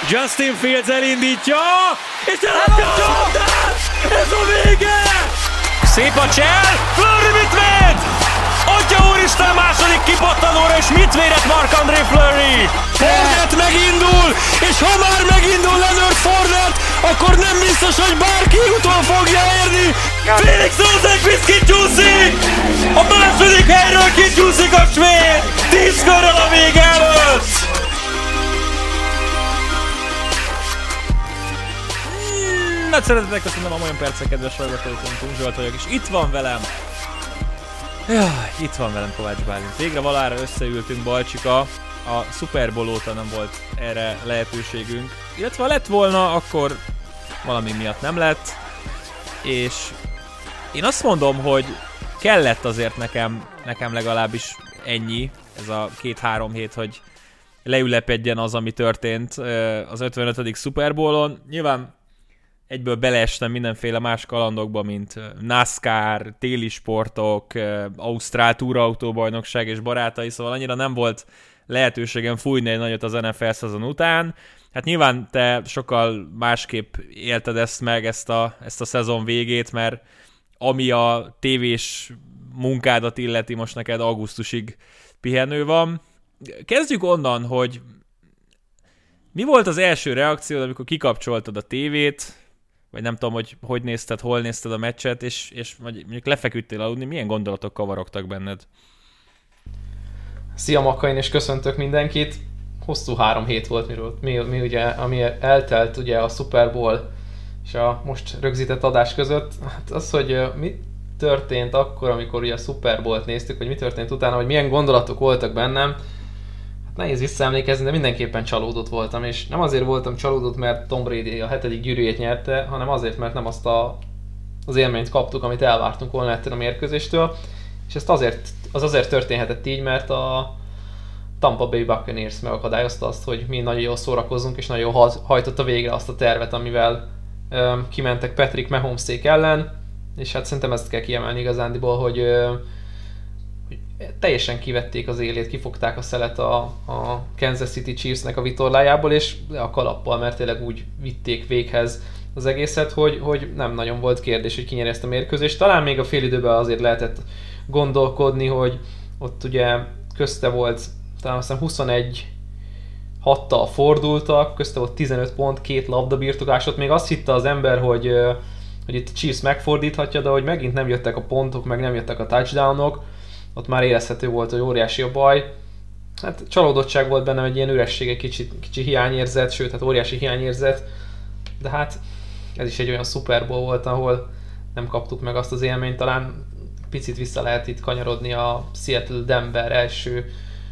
Justin Fields elindítja, és eladja a csapdát! Ez a vége! Szép a csel, Fleury mit véd? Atya úristen, második kipattanóra, és mit védett Marc-André Fleury? Fournette megindul, és ha már megindul Leonard Fournette, akkor nem biztos, hogy bárki utol fogja érni. Felix Rosenqvist kicsúszik! A második helyről kicsúszik a svéd! 10 körrel a vége előtt! Nagy szeretettel köszönöm a Olyan Percek kedves hallgatóként, Zsolt vagyok, és itt van velem. Itt van velem Kovács Bálint. Végre valahára összeültünk, Balcsika. A Super Bowl óta nem volt erre lehetőségünk. Illetve ha lett volna, akkor valami miatt nem lett. És én azt mondom, hogy kellett azért nekem legalábbis ennyi, ez a 2-3 hét, hogy leülepedjen az, ami történt az 55. Super Bowlon. Nyilván egyből beleestem mindenféle más kalandokba, mint NASCAR, téli sportok, Ausztrál túrautóbajnokság és barátai, szóval annyira nem volt lehetőségem fújni egy nagyot az NFL szezon után. Hát nyilván te sokkal másképp élted ezt meg, ezt a szezon végét, mert ami a tévés munkádat illeti, most neked augusztusig pihenő van. Kezdjük onnan, hogy mi volt az első reakciód, amikor kikapcsoltad a tévét, vagy nem tudom, hogy nézted, hol nézted a meccset, és mondjuk lefeküdtél aludni, milyen gondolatok kavarogtak benned? Szia Makain, és köszöntök mindenkit! Hosszú 3 hét volt, mi ugye, ami eltelt ugye a Super Bowl és a most rögzített adás között. Hát az, hogy mi történt akkor, amikor ugye a Super Bowl-t néztük, hogy mi történt utána, vagy milyen gondolatok voltak bennem, hát nehéz visszaemlékezni, de mindenképpen csalódott voltam, és nem azért voltam csalódott, mert Tom Brady a 7. gyűrűjét nyerte, hanem azért, mert nem azt az élményt kaptuk, amit elvártunk volna ettől a mérkőzéstől, és ezt azért történhetett így, mert a Tampa Bay Buccaneers megakadályozta azt, hogy mi nagyon jól szórakozzunk, és nagyon jól hajtotta végre azt a tervet, amivel kimentek Patrick Mahomesék ellen, és hát szerintem ezt kell kiemelni igazándiból, hogy teljesen kivették az élét, kifogták a szelet a Kansas City Chiefsnek a vitorlájából, és a kalappal, mert tényleg úgy vitték véghez az egészet, hogy nem nagyon volt kérdés, hogy ki nyeri ezt a mérkőzést. Talán még a félidőben azért lehetett gondolkodni, hogy ott ugye közte volt, talán aztán 21-6-tal fordultak, közte volt 15 pont, 2 labda birtoklás, ott még azt hitte az ember, hogy itt a Chiefs megfordíthatja, de hogy megint nem jöttek a pontok, meg nem jöttek a touchdownok, ott már érezhető volt, hogy óriási a baj. Hát csalódottság volt bennem, egy ilyen üresség, egy kicsi hiányérzet, sőt, hát óriási hiányérzet, de hát ez is egy olyan Super Bowl volt, ahol nem kaptuk meg azt az élményt, talán picit vissza lehet itt kanyarodni a Seattle-Denver első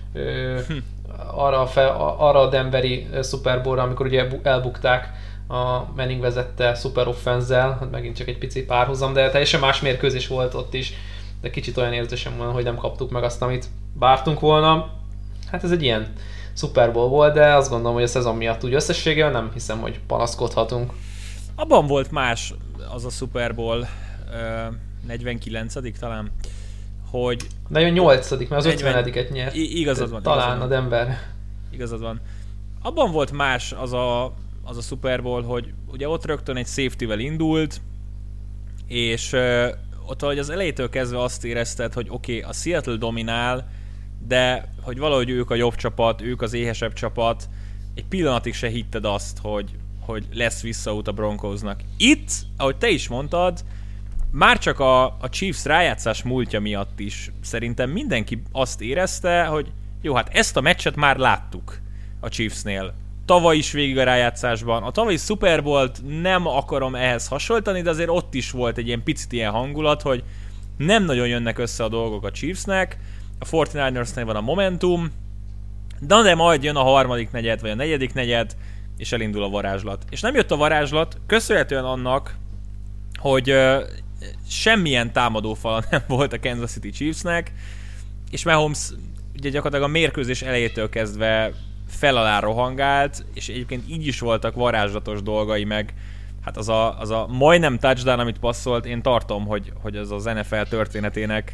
arra a denveri Super Bowl-ra, amikor ugye elbukták a Manning vezette Super Offense-zel, hát megint csak egy pici párhuzam, de teljesen más mérkőzés volt ott is, de kicsit olyan érzésem van, hogy nem kaptuk meg azt, amit vártunk volna. Hát ez egy ilyen Super Bowl volt, de azt gondolom, hogy a szezon miatt úgy összességében nem hiszem, hogy panaszkodhatunk. Abban volt más az a Super Bowl, 49. talán, hogy... 48. mert az 50-et nyert. Igazad van. Talán a Denver. Igazad van. Abban volt más az a Super Bowl, hogy ugye ott rögtön egy safety-vel indult, és ott valahogy az elejétől kezdve azt érezted, hogy oké, a Seattle dominál, de hogy valahogy ők a jobb csapat, ők az éhesebb csapat, egy pillanatig se hitted azt, hogy lesz visszaút a Broncosnak. Itt, ahogy te is mondtad, már csak a Chiefs rájátszás múltja miatt is szerintem mindenki azt érezte, hogy jó, hát ezt a meccset már láttuk a Chiefsnél. Tavaly is végig a rájátszásban. A tavalyi Super Bowl-t nem akarom ehhez hasonlítani, de azért ott is volt egy ilyen picit ilyen hangulat, hogy nem nagyon jönnek össze a dolgok a Chiefsnek, a 49ersnél van a momentum, de majd jön a harmadik negyed, vagy a negyedik negyed, és elindul a varázslat. És nem jött a varázslat, köszönhetően annak, hogy semmilyen támadófala nem volt a Kansas City Chiefsnek, és Mahomes ugye gyakorlatilag a mérkőzés elejétől kezdve fel alá rohangált, és egyébként így is voltak varázslatos dolgai, meg hát az a majdnem touchdown, amit passzolt, én tartom, hogy ez az NFL történetének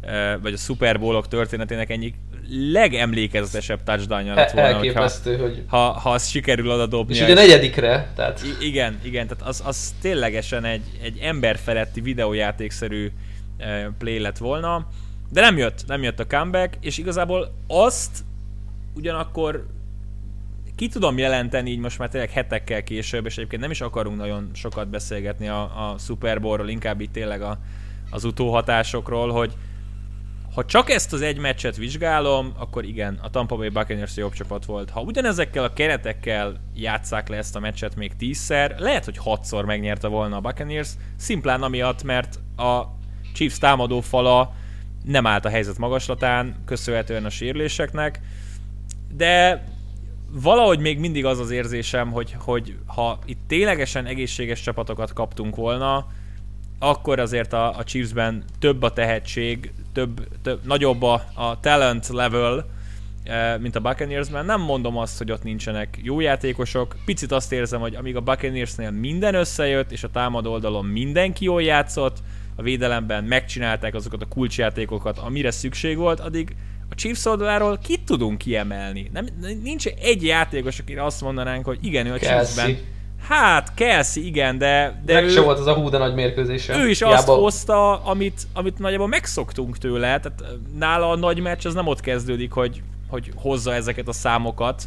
vagy a Super Bowl-ok történetének egyik legemlékezetesebb touchdownja lett volna, elképesztő, hogy ha azt sikerül oda dobni. És ugye negyedikre, tehát... Igen, tehát az ténylegesen egy emberfeletti videójátékszerű play lett volna, de nem jött a comeback, és igazából azt ugyanakkor ki tudom jelenteni így most már tényleg hetekkel később, és egyébként nem is akarunk nagyon sokat beszélgetni a Super Bowl-ról, inkább itt tényleg az utóhatásokról, hogy ha csak ezt az egy meccset vizsgálom, akkor igen, a Tampa Bay Buccaneers jobb csapat volt. Ha ugyanezekkel a keretekkel játsszák le ezt a meccset még 10-szer, lehet, hogy 6-szor megnyerte volna a Buccaneers, szimplán amiatt, mert a Chiefs támadó fala nem állt a helyzet magaslatán, köszönhetően a sérüléseknek, de valahogy még mindig az az érzésem, hogy ha itt ténylegesen egészséges csapatokat kaptunk volna, akkor azért a Chiefsben több a tehetség, nagyobb a talent level, mint a Buccaneersben. Nem mondom azt, hogy ott nincsenek jó játékosok. Picit azt érzem, hogy amíg a Buccaneersnél minden összejött, és a támadó oldalon mindenki jól játszott, a védelemben megcsinálták azokat a kulcsjátékokat, amire szükség volt, addig a Chiefs oldaláról kit tudunk kiemelni? Nincs egy játékos, akire azt mondanánk, hogy igen, ő a Chiefsben. Hát, Kelsey, igen, de ő... se volt az a hú de nagy mérkőzése. Ő is azt hozta, amit nagyjából megszoktunk tőle, tehát nála a nagy meccs az nem ott kezdődik, hogy hozza ezeket a számokat.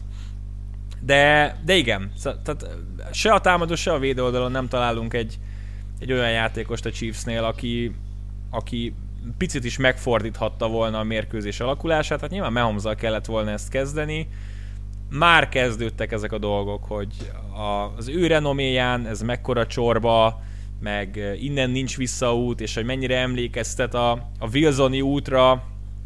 De igen, tehát se a támadó, se a védő oldalon nem találunk egy olyan játékost a Chiefsnél, aki picit is megfordíthatta volna a mérkőzés alakulását, hát nyilván Mahomesszal kellett volna ezt kezdeni. Már kezdődtek ezek a dolgok, hogy az ő renoméján ez mekkora csorba, meg innen nincs visszaút, és hogy mennyire emlékeztet a Wilsoni útra,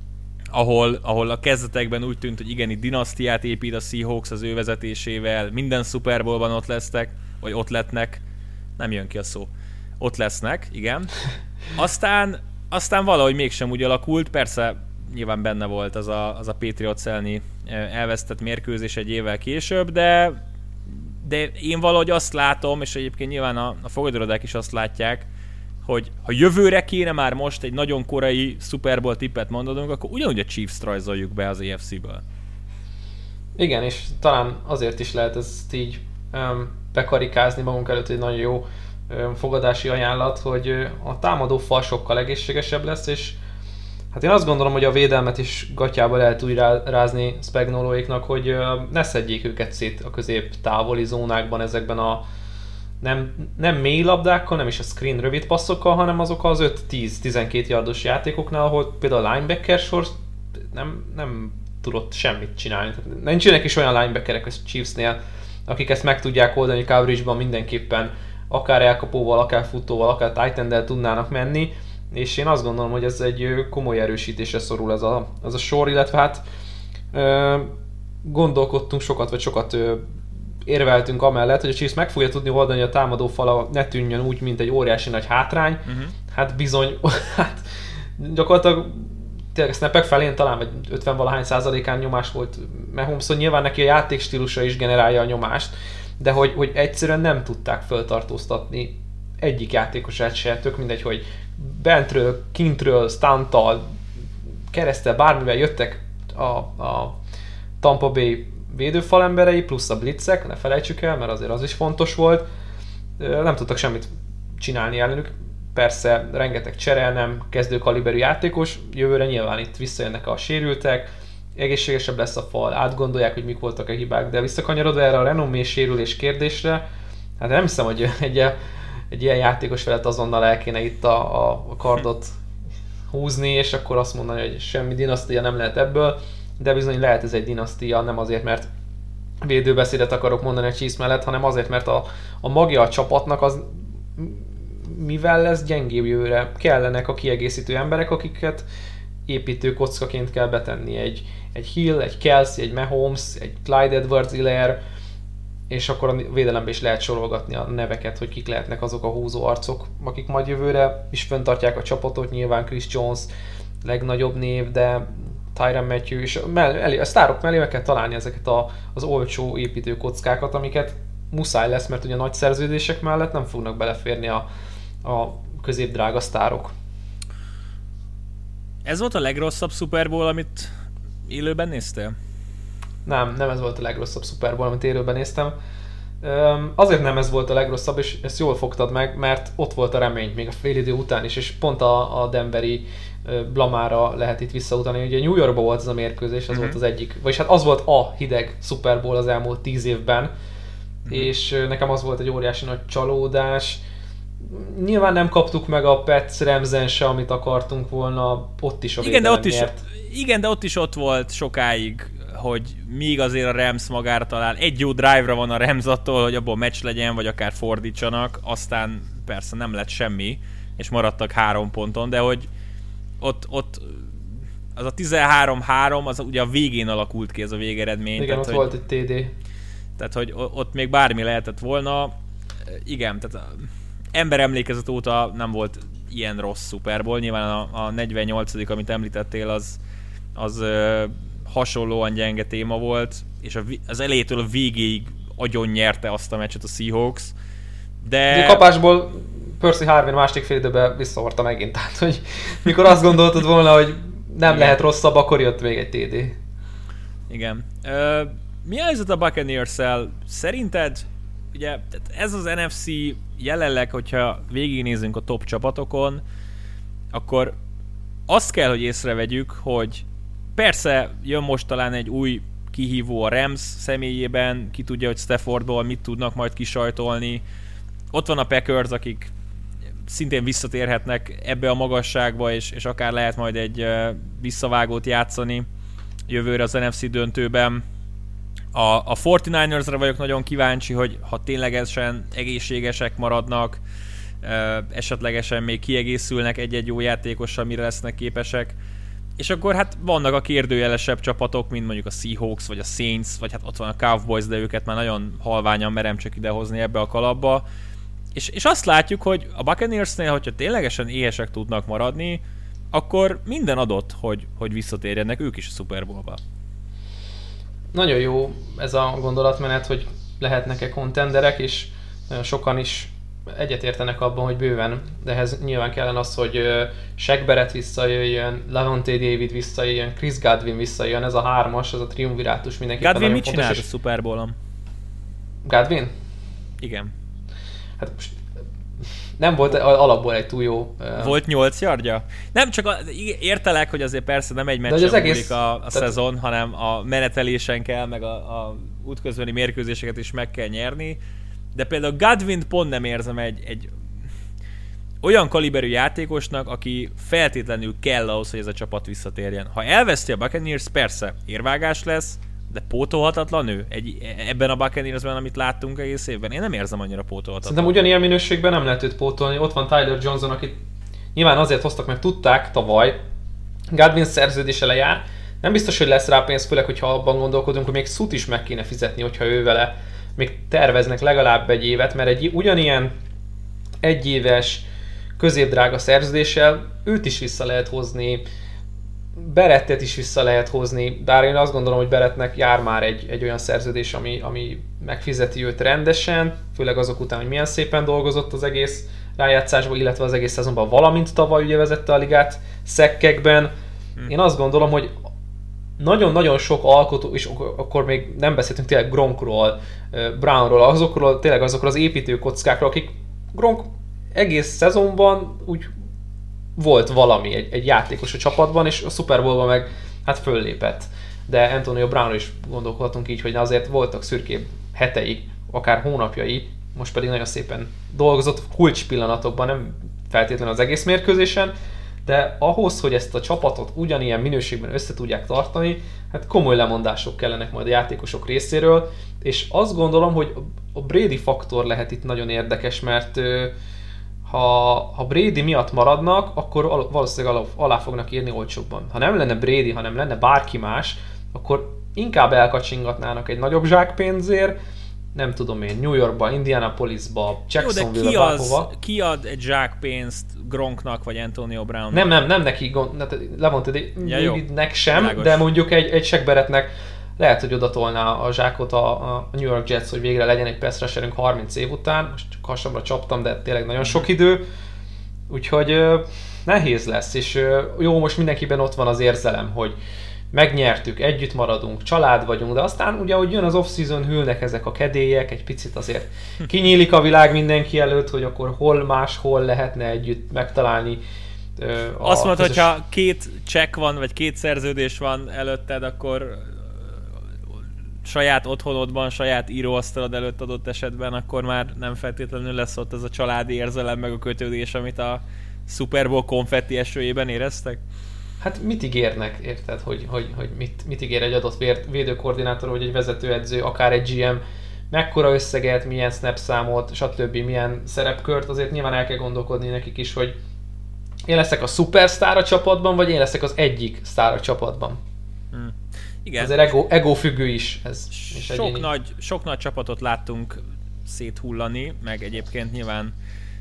ahol a kezdetekben úgy tűnt, hogy igen, itt dinasztiát épít a Seahawks az ő vezetésével, minden Super Bowlban ott lesznek, vagy ott lettnek, nem jön ki a szó, ott lesznek, igen. Aztán valahogy mégsem úgy alakult, persze nyilván benne volt az a Patriots elleni elvesztett mérkőzés egy évvel később, de én valahogy azt látom, és egyébként nyilván a fogadórodák is azt látják, hogy ha jövőre kéne már most egy nagyon korai Super Bowl tippet mondanunk, akkor ugyanúgy a Chiefs-t rajzoljuk be az AFC-ből. Igen, és talán azért is lehet ezt így bekarikázni magunk előtt egy nagyon jó fogadási ajánlat, hogy a támadó fal sokkal egészségesebb lesz, és hát én azt gondolom, hogy a védelmet is gatyába lehet úgy rázni Spagnuoloéknak, hogy ne szedjék őket szét a közép-távoli zónákban ezekben a nem mély labdákkal, nem is a screen rövid passzokkal, hanem azok az 5-10-12 yardos játékoknál, ahol például a linebacker sor nem tudott semmit csinálni. Tehát nincsenek is olyan linebackerek a Chiefsnél, akik ezt meg tudják oldani coverage-ban mindenképpen, akár elkapóval, akár futóval, akár tight end-del tudnának menni, és én azt gondolom, hogy ez egy komoly erősítésre szorul ez a sor, illetve hát gondolkodtunk sokat érveltünk amellett, hogy a Chiefs meg fogja tudni oldani, a támadó fala ne tűnjön úgy, mint egy óriási nagy hátrány. Hát bizony, hát gyakorlatilag tényleg a snapek felén talán vagy 50-valahány% nyomás volt Mahomeson, nyilván neki a játékstílusa is generálja a nyomást, de hogy egyszerűen nem tudták föltartóztatni egyik játékosát se, tök mindegy, hogy bentről, kintről, stunttal, keresztel, bármivel jöttek a Tampa Bay védőfal emberei, plusz a blitzek, ne felejtsük el, mert azért az is fontos volt. Nem tudtak semmit csinálni ellenük. Persze rengeteg csere, nem kezdőkaliberű játékos, jövőre nyilván itt visszajönnek a sérültek, egészségesebb lesz a fal, átgondolják, hogy mik voltak a hibák, de visszakanyarodva erre a renomé sérülés kérdésre, hát nem hiszem, hogy egy ilyen játékos felett azonnal el kéne itt a kardot húzni, és akkor azt mondani, hogy semmi dinasztia nem lehet ebből, de bizony lehet ez egy dinasztia, nem azért, mert védőbeszédet akarok mondani a Chiefs mellett, hanem azért, mert a magja a csapatnak az mivel lesz gyengébb jövőre, kellenek a kiegészítő emberek, akiket építő kockaként kell betenni. Egy Hill, egy Kelsey, egy Mahomes, egy Clyde Edwards-Helaire, és akkor a védelemben is lehet sorolgatni a neveket, hogy kik lehetnek azok a húzó arcok, akik majd jövőre is fenntartják a csapatot, nyilván Chris Jones legnagyobb név, de Tyrann Mathieu, és a sztárok mellé meg kell találni ezeket az olcsó építő kockákat, amiket muszáj lesz, mert ugye nagy szerződések mellett nem fognak beleférni a középdrága sztárok. Ez volt a legrosszabb Super Bowl, amit élőben néztél? Nem ez volt a legrosszabb Super Bowl, amit élőben néztem. Azért nem ez volt a legrosszabb, és ezt jól fogtad meg, mert ott volt a remény, még a félidő után is, és pont a Denveri blamára lehet itt visszautalni. Ugye New Yorkban volt ez a mérkőzés, az volt az egyik, vagyis hát az volt a hideg Super Bowl az elmúlt 10 évben, és nekem az volt egy óriási nagy csalódás. Nyilván nem kaptuk meg a Pats Ramsen se, amit akartunk volna, ott is a védelem nyert. Igen, de ott is ott volt sokáig, hogy míg azért a Rams magára talál. Egy jó drive-ra van a Rams attól, hogy abból meccs legyen, vagy akár fordítsanak, aztán persze nem lett semmi, és maradtak 3 ponton, de hogy ott az a 13-3, az ugye a végén alakult ki ez a végeredmény. Igen, tehát, ott hogy, volt egy TD. Tehát, hogy ott még bármi lehetett volna. Igen, tehát ember emlékezet óta nem volt ilyen rossz Super Bowl. Nyilván a 48. amit említettél, az hasonlóan gyenge téma volt, és az elejétől a végéig agyon nyerte azt a meccset a Seahawks. De a kapásból Percy Harvin második fél időben visszahordta megint, tehát hogy mikor azt gondoltad volna, hogy nem lehet rosszabb, akkor jött még egy TD. Igen. Mi a helyzet a Buccaneers-szel? Szerinted, ugye ez az NFC jelenleg, hogyha végignézünk a top csapatokon, akkor azt kell, hogy észrevegyük, hogy persze jön most talán egy új kihívó a Rams személyében, ki tudja, hogy Staffordból mit tudnak majd kisajtolni. Ott van a Packers, akik szintén visszatérhetnek ebbe a magasságba, és akár lehet majd egy visszavágót játszani jövőre az NFC döntőben. A 49ersre vagyok nagyon kíváncsi, hogy ha ténylegesen egészségesek maradnak, esetlegesen még kiegészülnek egy-egy jó játékossal, mire lesznek képesek. És akkor hát vannak a kérdőjelesebb csapatok, mint mondjuk a Seahawks, vagy a Saints, vagy hát ott van a Cowboys, de őket már nagyon halványan merem csak idehozni ebbe a kalapba. És azt látjuk, hogy a Buccaneersnél, hogyha ténylegesen éhesek tudnak maradni, akkor minden adott, hogy visszatérjenek ők is a Super Bowl-ba. Nagyon jó ez a gondolatmenet, hogy lehetnek-e contenderek, és nagyon sokan is egyetértenek abban, hogy bőven, de ehhez nyilván kellene az, hogy Shaq Barrett visszajöjjön, Lavonte David visszajöjjön, Chris Godwin visszajöjjön, ez a 3-as, ez a triumvirátus mindenképpen Godwin nagyon mit fontos. csinált a Super Bowl-on? Godwin? Igen. Hát most nem volt alapból egy túl jó... Volt 8 yardja? Nem, csak értelek, hogy azért persze nem egy meccsen múlik a szezon, hanem a menetelésen kell, meg a útközbeni mérkőzéseket is meg kell nyerni. De például Godwint pont nem érzem egy olyan kaliberű játékosnak, aki feltétlenül kell ahhoz, hogy ez a csapat visszatérjen. Ha elveszti a Buccaneers, persze érvágás lesz, de pótolhatatlan ő ebben a Buccaneersben, amit láttunk egész évben. Én nem érzem annyira pótolhatatlan. Szerintem ugyanilyen minőségben nem lehet őt pótolni. Ott van Tyler Johnson, akit nyilván azért hoztak, mert tudták tavaly, Godwin szerződése lejár. Nem biztos, hogy lesz rá pénz, főleg, hogyha abban gondolkodunk, hogy még Sut is meg kéne fizetni, hogyha ő vele még terveznek legalább egy évet, mert egy ugyanilyen egyéves, középdrága szerződéssel őt is vissza lehet hozni, Barrettet is vissza lehet hozni, bár én azt gondolom, hogy Barrettnek jár már egy olyan szerződés, ami megfizeti őt rendesen, főleg azok után, hogy milyen szépen dolgozott az egész rájátszásban, illetve az egész szezonban, valamint tavaly ugye vezette a ligát szekkekben. Én azt gondolom, hogy nagyon-nagyon sok alkotó, és akkor még nem beszéltünk tényleg Gronkról, Brownról, tényleg azokról az építőkockákról, akik Gronk egész szezonban úgy volt valami, egy játékos a csapatban, és a Super Bowl-ban meg hát föllépett. De Antonio Brownról is gondolkodhatunk így, hogy azért voltak szürkébb hetei, akár hónapjai, most pedig nagyon szépen dolgozott kulcs pillanatokban, nem feltétlenül az egész mérkőzésen, de ahhoz, hogy ezt a csapatot ugyanilyen minőségben össze tudják tartani, hát komoly lemondások kellenek majd a játékosok részéről, és azt gondolom, hogy a Brady faktor lehet itt nagyon érdekes, mert ha Brady miatt maradnak, akkor valószínűleg alá fognak írni olcsóbban. Ha nem lenne Brady, hanem lenne bárki más, akkor inkább elkacsingatnának egy nagyobb zsákpénzért, nem tudom én, New Yorkba, Indianapolisba, Jacksonville-be, bárhova. Ki ad egy zsákpénzt Gronknak vagy Antonio Brownnak? Nem neki, Lavonte Davidnek sem, Világos. de mondjuk egy Shaq Barrettnek lehet, hogy odatolná a zsákot a New York Jets, hogy végre legyen egy pass rusherünk 30 év után. Most csak hasamra csaptam, de tényleg nagyon sok idő. Úgyhogy nehéz lesz, és jó, most mindenkiben ott van az érzelem, hogy megnyertük, együtt maradunk, család vagyunk, de aztán ugye, hogy jön az off-season, hűlnek ezek a kedélyek, egy picit azért kinyílik a világ mindenki előtt, hogy akkor hol lehetne együtt megtalálni. Azt mondod, hogyha 2 csekk van, vagy 2 szerződés van előtted, akkor saját otthonodban, saját íróasztalod előtt adott esetben, akkor már nem feltétlenül lesz ott ez a családi érzelem, meg a kötődés, amit a Super Bowl konfetti esőjében éreztek? Hát mit ígérnek, érted, hogy mit ígér egy adott védőkoordinátor, vagy egy vezetőedző, akár egy GM, mekkora összeget, milyen snap számot, stb. Milyen szerepkört, azért nyilván el kell gondolkodni nekik is, hogy én leszek a szupersztár a csapatban, vagy én leszek az egyik sztár a csapatban. Igen. Azért ego függő is ez. Sok nagy csapatot láttunk széthullani, meg egyébként nyilván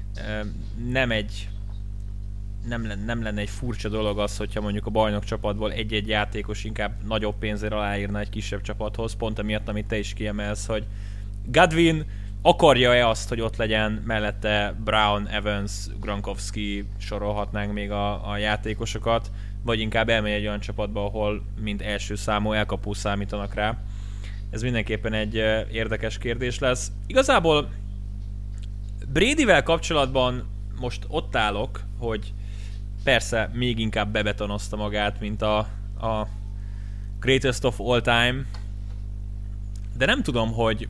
nem lenne egy furcsa dolog az, hogyha mondjuk a bajnok csapatból egy-egy játékos inkább nagyobb pénzért aláírna egy kisebb csapathoz, pont amiatt, amit te is kiemelsz, hogy Godwin akarja-e azt, hogy ott legyen mellette Brown, Evans, Gronkowski, sorolhatnánk még a játékosokat, vagy inkább elmegy egy olyan csapatba, ahol mint első számú elkapó számítanak rá. Ez mindenképpen egy érdekes kérdés lesz. Igazából Bradyvel kapcsolatban most ott állok, hogy persze még inkább bebetonozta magát, mint a greatest of all time, de nem tudom, hogy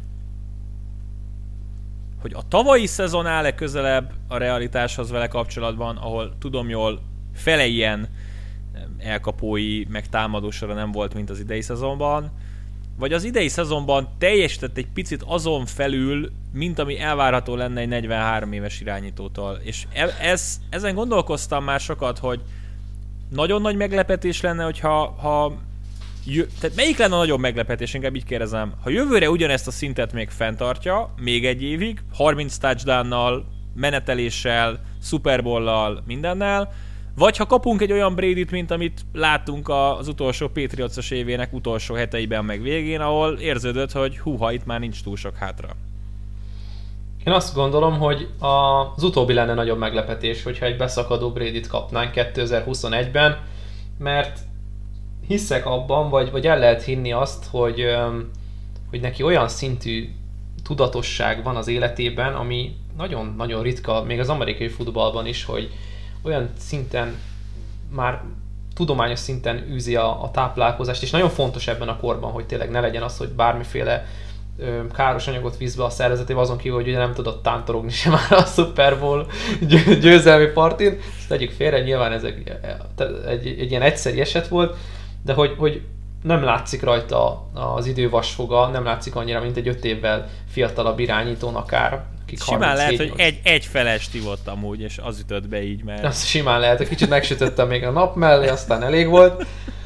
a tavalyi szezon áll-e közelebb a realitáshoz vele kapcsolatban, ahol tudom jól fele ilyen elkapói, meg támadósora nem volt, mint az idei szezonban, vagy az idei szezonban teljesített egy picit azon felül, mint ami elvárható lenne egy 43 éves irányítótól. És ezen gondolkoztam már sokat, hogy nagyon nagy meglepetés lenne, hogyha tehát melyik lenne a nagyobb meglepetés, inkább így kérdezem. Ha jövőre ugyanezt a szintet még fenntartja, még egy évig, 30 touchdownnal, meneteléssel, Super Bowl-lal, mindennel, vagy ha kapunk egy olyan Bradyt, mint amit láttunk az utolsó Patriots-os évének utolsó heteiben meg végén, ahol érződött, hogy húha, itt már nincs túl sok hátra. Én azt gondolom, hogy az utóbbi lenne nagyobb meglepetés, hogyha egy beszakadó Bradyt kapnánk 2021-ben, mert hiszek abban, vagy el lehet hinni azt, hogy neki olyan szintű tudatosság van az életében, ami nagyon-nagyon ritka, még az amerikai futballban is, hogy olyan szinten, már tudományos szinten űzi a táplálkozást, és nagyon fontos ebben a korban, hogy tényleg ne legyen az, hogy bármiféle káros anyagot víz be a szervezetébe, azon kívül, hogy ugye nem tudott tántorogni sem már a Super Bowl győzelmi partin. Ezt tegyük félre, nyilván ez egy ilyen egyszeri eset volt, de hogy nem látszik rajta az idő vasfoga, nem látszik annyira, mint egy 5 évvel fiatalabb irányítón akár. Simán lehet, hogy egy felest ivott amúgy, és az ütött be így, mert... Azt simán lehet, hogy kicsit megsütöttem még a nap mellé, aztán elég volt.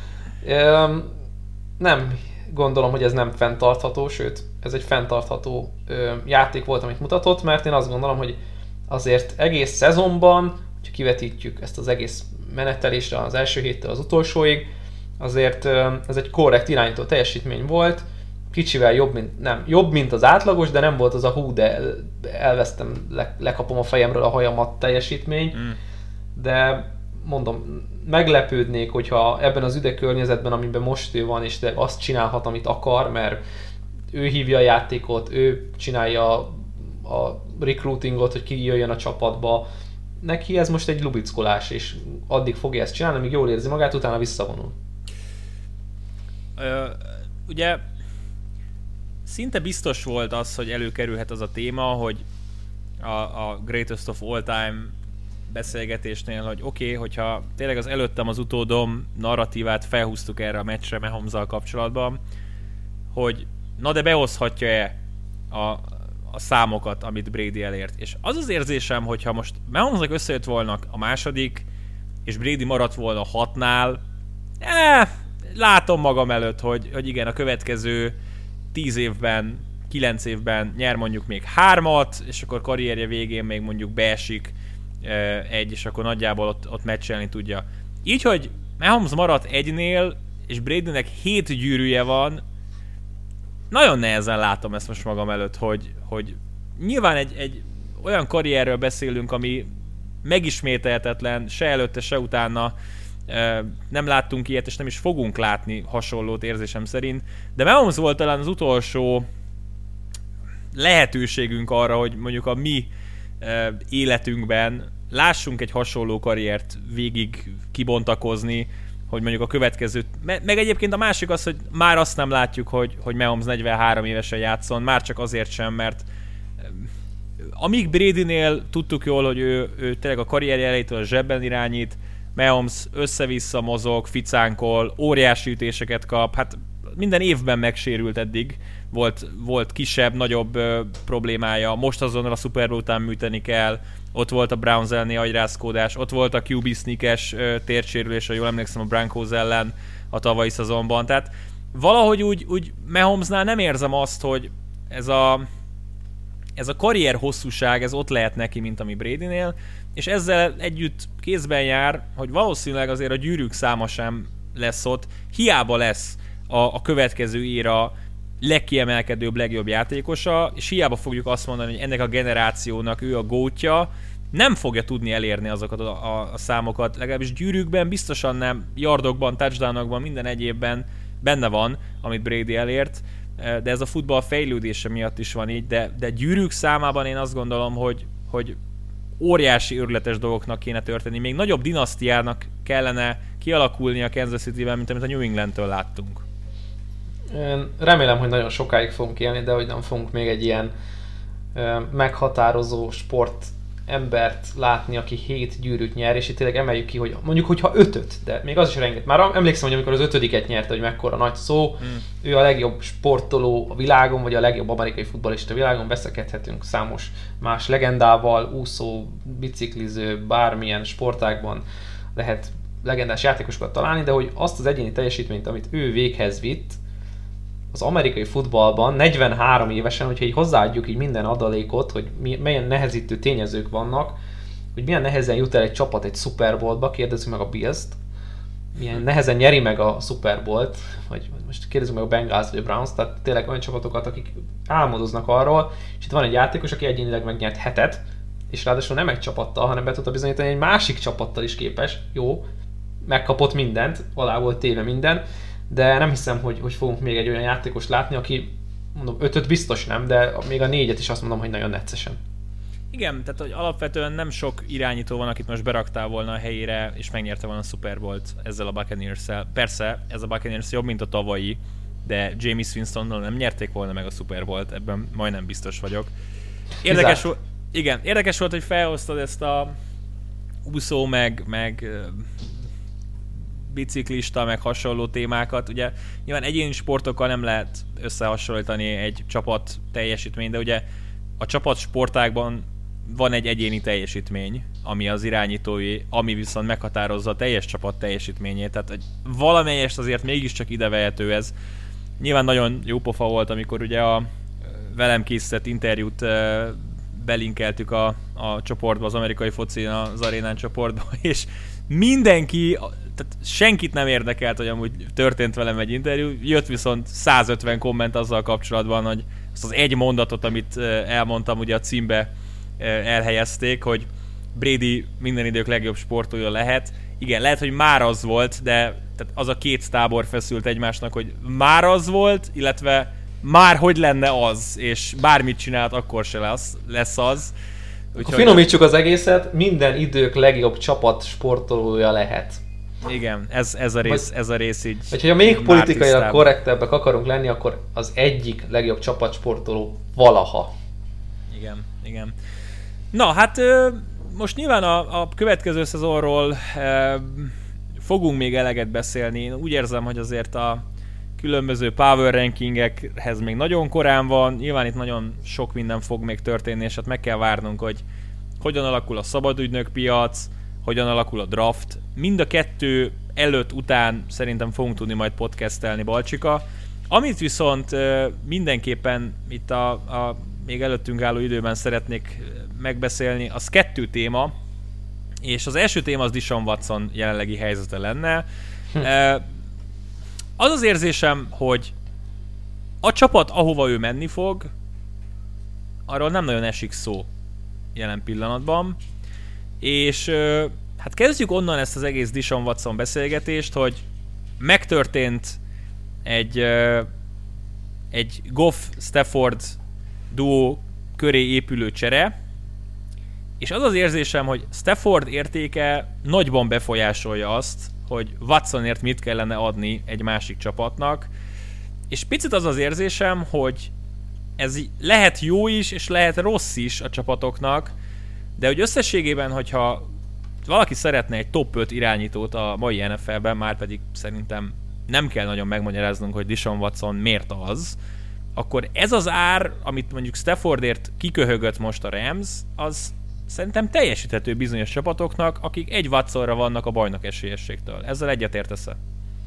Nem gondolom, hogy ez nem fenntartható, sőt, ez egy fenntartható játék volt, amit mutatott, mert én azt gondolom, hogy azért egész szezonban, hogyha kivetítjük ezt az egész menetelésre az első héttől az utolsóig, azért ez egy korrekt irányító teljesítmény volt, kicsivel jobb, mint az átlagos, de nem volt az a hú, de elvesztem, lekapom a fejemről a hajamat teljesítmény, de mondom, meglepődnék, hogyha ebben az üdekörnyezetben, amiben most ő van, és de azt csinálhat, amit akar, mert ő hívja a játékot, ő csinálja a recruitingot, hogy ki jöjjön a csapatba. Neki ez most egy lubickolás, és addig fogja ezt csinálni, amíg jól érzi magát, utána visszavonul. Ugye szinte biztos volt az, hogy előkerülhet az a téma, hogy a greatest of all time beszélgetésnél, hogy oké, hogyha tényleg az előttem az utódom narratívát felhúztuk erre a meccsre Mahomesszal kapcsolatban, hogy na de behozhatja-e a számokat, amit Brady elért. És az az érzésem, hogyha most Mahomesnak összejött volna a második, és Brady maradt volna 6-nál, látom magam előtt, hogy igen, a következő 10 évben, 9 évben nyer mondjuk még 3-at, és akkor karrierje végén még mondjuk beesik egy, és akkor nagyjából ott meccselni tudja. Így, hogy Mahomes maradt 1-nél, és Bradynek 7 gyűrűje van, nagyon nehezen látom ezt most magam előtt, hogy nyilván egy olyan karrierről beszélünk, ami megismételhetetlen, se előtte, se utána. Nem láttunk ilyet, és nem is fogunk látni hasonlót érzésem szerint. De Mahomes volt talán az utolsó lehetőségünk arra, hogy mondjuk a mi életünkben lássunk egy hasonló karriert végig kibontakozni, hogy mondjuk a következőt... Meg egyébként a másik az, hogy már azt nem látjuk, hogy Mahomes 43 évesen játszon, már csak azért sem, mert amíg Bradynél tudtuk jól, hogy ő tényleg a karrierje elejétől a zsebben irányít, Mahomes össze-vissza mozog, ficánkol, óriási ütéseket kap, hát minden évben megsérült eddig, volt kisebb, nagyobb problémája, most azonnal a Super Bowl után műteni kell, ott volt a Browns elleni agyrázkódás, ott volt a QB sneakes térsérülés, ha jól emlékszem a Broncos ellen a tavalyi szezonban, tehát valahogy úgy Mahomesnál nem érzem azt, hogy ez a karrier hosszúság, ez ott lehet neki, mint ami Bradynél, és ezzel együtt kézben jár, hogy valószínűleg azért a gyűrűk száma sem lesz ott, hiába lesz a következő éra legkiemelkedőbb, legjobb játékosa, és hiába fogjuk azt mondani, hogy ennek a generációnak ő a gótja, nem fogja tudni elérni azokat a számokat, legalábbis gyűrűkben, biztosan nem, yardokban, touchdownokban, minden egyébben benne van, amit Brady elért, de ez a futball fejlődése miatt is van így, de gyűrűk számában én azt gondolom, hogy óriási őrületes dolgoknak kéne történni, még nagyobb dinasztiának kellene kialakulni a Kansas City-ben, mint amit a New Englandtől láttunk. Én remélem, hogy nagyon sokáig fogunk élni, de hogy nem fogunk még egy ilyen meghatározó sport embert látni, aki 7 gyűrűt nyer, és itt tényleg emeljük ki, hogy mondjuk, hogyha 5-öt, de még az is renget. Már emlékszem, hogy amikor az 5-et nyerte, hogy mekkora nagy szó, ő a legjobb sportoló a világon, vagy a legjobb amerikai futballista a világon, veszekedhetünk számos más legendával, úszó, bicikliző, bármilyen sportágban lehet legendás játékosokat találni, de hogy azt az egyéni teljesítményt, amit ő véghez vitt, az amerikai futballban 43 évesen, hogyha így hozzáadjuk így minden adalékot, hogy milyen nehezítő tényezők vannak, hogy milyen nehezen jut el egy csapat egy Super Bowl-ba, kérdezzük meg a Bills-t, milyen nehezen nyeri meg a Super Bowl-t, vagy most kérdezzük meg a Bengals vagy a Browns, tehát tényleg olyan csapatokat, akik álmodoznak arról, és itt van egy játékos, aki egyénileg megnyert 7-et, és ráadásul nem egy csapattal, hanem be tudta bizonyítani, egy másik csapattal is képes, jó, megkapott mindent, alá volt téve minden, de nem hiszem, hogy fogunk még egy olyan játékost látni, aki, mondom, 5-öt biztos nem, de még a 4-et is azt mondom, hogy nagyon neccesen. Igen, tehát hogy alapvetően nem sok irányító van, akit most beraktál volna a helyére, és megnyerte volna a Super Bowl-t ezzel a Buccaneers-szel. Persze, ez a Buccaneers jobb, mint a tavalyi, de Jameis Winstonnal nem nyerték volna meg a Super Bowl-t, ebben majdnem biztos vagyok. Érdekes volt, hogy felhoztad ezt a úszó meg biciklista, meg hasonló témákat. Ugye nyilván egyéni sportokkal nem lehet összehasonlítani egy csapat teljesítményt, de ugye a csapat sportákban van egy egyéni teljesítmény, ami az irányítói, ami viszont meghatározza a teljes csapat teljesítményét. Tehát valamelyest azért mégiscsak ide vehető ez. Nyilván nagyon jó pofa volt, amikor ugye a velem készített interjút belinkeltük a csoportba, az amerikai focin, az arénán csoportba, és mindenki, tehát senkit nem érdekelt, hogy amúgy történt velem egy interjú, jött viszont 150 komment azzal kapcsolatban, hogy azt az egy mondatot, amit elmondtam, ugye a címbe elhelyezték, hogy Brady minden idők legjobb sportolója lehet. Igen, lehet, hogy már az volt, de tehát az a két tábor feszült egymásnak, hogy már az volt, illetve már hogy lenne az, és bármit csinált, akkor se lesz az. Úgyhogy finomítsuk az egészet, minden idők legjobb csapat sportolója lehet. Igen, ez a rész így. Ha még politikailag korrektebbek akarunk lenni, akkor az egyik legjobb csapatsportoló valaha. Igen. Na, hát most nyilván a következő szezonról fogunk még eleget beszélni. Én úgy érzem, hogy azért a különböző power rankingekhez még nagyon korán van. Nyilván itt nagyon sok minden fog még történni, és hát meg kell várnunk, hogy hogyan alakul a szabadügynök piac, hogyan alakul a draft. Mind a kettő előtt, után szerintem fogunk tudni majd podcastelni, Balcsika. Amit viszont mindenképpen itt a még előttünk álló időben szeretnék megbeszélni, az 2 téma, és az első téma az Deshaun Watson jelenlegi helyzete lenne. Az az érzésem, hogy a csapat, ahova ő menni fog, arról nem nagyon esik szó jelen pillanatban. És hát kezdjük onnan ezt az egész Deshaun Watson beszélgetést, hogy megtörtént egy Goff-Stafford duó köré épülő csere, és az az érzésem, hogy Stafford értéke nagyban befolyásolja azt, hogy Watsonért mit kellene adni egy másik csapatnak, és picit az az érzésem, hogy ez lehet jó is, és lehet rossz is a csapatoknak, de hogy összességében, hogyha valaki szeretne egy top 5 irányítót a mai NFL-ben, már pedig szerintem nem kell nagyon megmagyaráznunk, hogy Deshaun Watson miért az, akkor ez az ár, amit mondjuk Staffordért kiköhögött most a Rams, az szerintem teljesíthető bizonyos csapatoknak, akik egy Watsonra vannak a bajnok esélyességtől. Ezzel egyetértesz-e?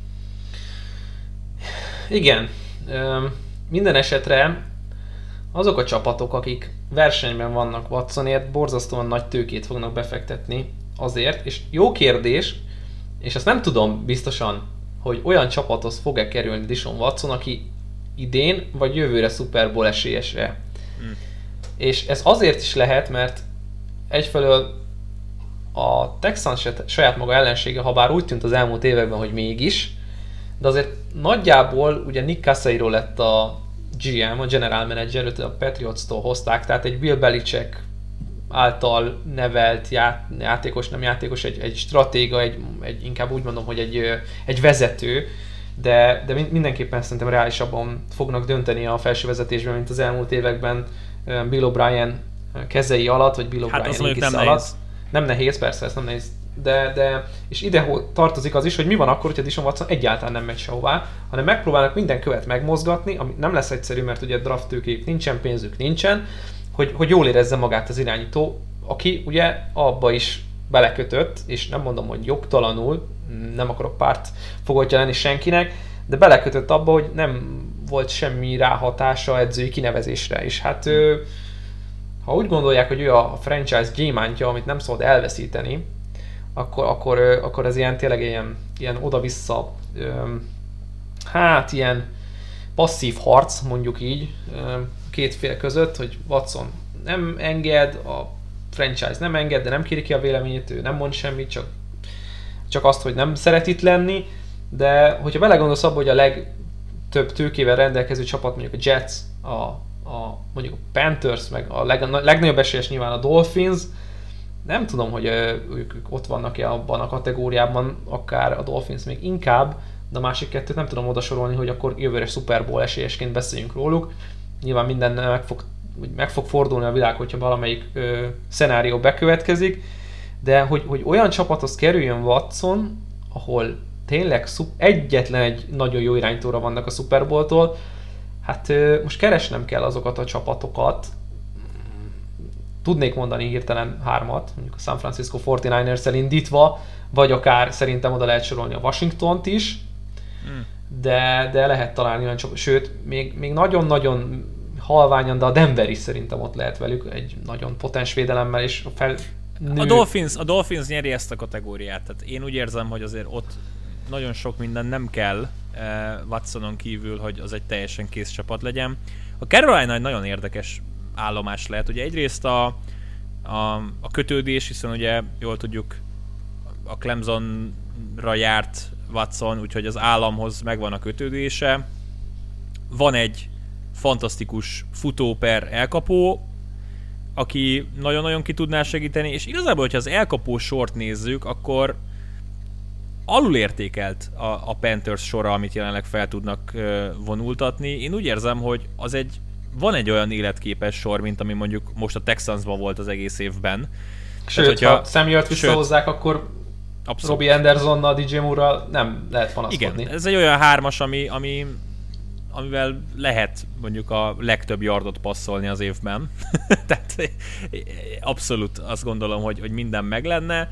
Igen. Minden esetre azok a csapatok, akik versenyben vannak Watsonért, borzasztóan nagy tőkét fognak befektetni azért, és jó kérdés, és azt nem tudom biztosan, hogy olyan csapathoz fog-e kerülni Deshaun Watson, aki idén vagy jövőre Super Bowl esélyesre. És ez azért is lehet, mert egyfelől a Texans saját maga ellensége, ha bár úgy tűnt az elmúlt években, hogy mégis, de azért nagyjából ugye Nick Caseiro lett a GM, a General Manager, őt a Patriots-tól hozták, tehát egy Bill Belichick által nevelt játékos, nem játékos, egy stratéga, egy inkább úgy mondom, hogy egy vezető, de mindenképpen szerintem reálisabban fognak dönteni a felső vezetésben, mint az elmúlt években Bill O'Brien kezei alatt, vagy Bill O'Brien égisze alatt. Nehéz. Nem nehéz, persze, ez nem nehéz. De és ide tartozik az is, hogy mi van akkor, hogyha Deshaun Watson egyáltalán nem megy sehová, hanem megpróbálnak minden követ megmozgatni, ami nem lesz egyszerű, mert ugye draft tőkéjük nincsen, pénzük nincsen, hogy jól érezze magát az irányító, aki ugye abba is belekötött, és nem mondom, hogy jogtalanul, nem akarok párt fogottja lenni senkinek, de belekötött abba, hogy nem volt semmi ráhatása edzői kinevezésre, és hát ha úgy gondolják, hogy ő a franchise gyémántja, amit nem szabad elveszíteni, akkor ez ilyen tényleg ilyen oda-vissza, hát ilyen passzív harc, mondjuk így, két fél között, hogy Watson nem enged, a franchise nem enged, de nem kéri ki a véleményét, ő nem mond semmit, csak azt, hogy nem szeret itt lenni, de hogyha belegondolsz abba, hogy a legtöbb tőkével rendelkező csapat, mondjuk a Jets, mondjuk a Panthers, meg a legnagyobb esélyes nyilván a Dolphins, nem tudom, hogy ők ott vannak-e abban a kategóriában, akár a Dolphins még inkább, de a másik kettőt nem tudom odasorolni, hogy akkor jövőre Super Bowl esélyesként beszéljünk róluk. Nyilván minden meg fog fordulni a világ, hogyha valamelyik szenárió bekövetkezik, de hogy olyan csapathoz kerüljön Watson, ahol tényleg egyetlen egy nagyon jó irányítóra vannak a Super Bowl-tól, hát most keresnem kell azokat a csapatokat. Tudnék mondani hirtelen 3-at, mondjuk a San Francisco 49ers-el indítva, vagy akár szerintem oda lehet sorolni a Washingtont is, de lehet találni olyan csapat, sőt, még nagyon-nagyon halványan, de a Denver is szerintem ott lehet velük, egy nagyon potens védelemmel, és a Dolphins nyeri ezt a kategóriát, tehát én úgy érzem, hogy azért ott nagyon sok minden nem kell Watsonon kívül, hogy az egy teljesen kész csapat legyen. A Carolina egy nagyon érdekes állomás lehet. Ugye egyrészt a kötődés, hiszen ugye jól tudjuk, a Clemsonra járt Watson, úgyhogy az államhoz megvan a kötődése. Van egy fantasztikus futó per elkapó, aki nagyon-nagyon ki tudná segíteni, és igazából, hogyha az elkapó sort nézzük, akkor alulértékelt a Panthers sora, amit jelenleg fel tudnak vonultatni. Én úgy érzem, hogy van egy olyan életképes sor, mint ami mondjuk most a Texansban volt az egész évben. Sőt, ha Samuelt visszahozzák, akkor abszolút. Robbie Andersonnal, DJ Moore-ral nem lehet panaszkodni. Igen, ez egy olyan hármas, amivel lehet mondjuk a legtöbb yardot passzolni az évben. Tehát abszolút azt gondolom, hogy minden meg lenne.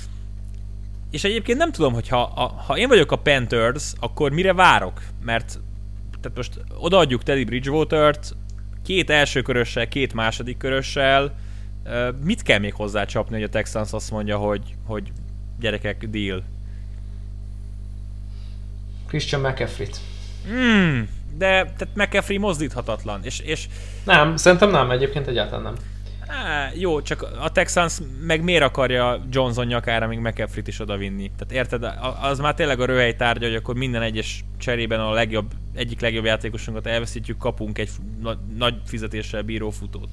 És egyébként nem tudom, hogy ha én vagyok a Panthers, akkor mire várok? Mert tehát most odaadjuk Teddy Bridgewater-t, 2 első körössel, 2 második körössel, mit kell még hozzá csapni, hogy a Texans azt mondja, hogy gyerekek, deal? Christian McCaffrey-t. De tehát McCaffrey mozdíthatatlan, és... Nem, szerintem nem, egyébként egyáltalán nem. Jó, csak a Texans meg miért akarja Johnson nyakára még McCaffrey-t is odavinni? Tehát érted, az már tényleg a röhely tárgya, hogy akkor minden egyes cserében a egyik legjobb játékosunkat elveszítjük, kapunk egy nagy fizetéssel bíró futót.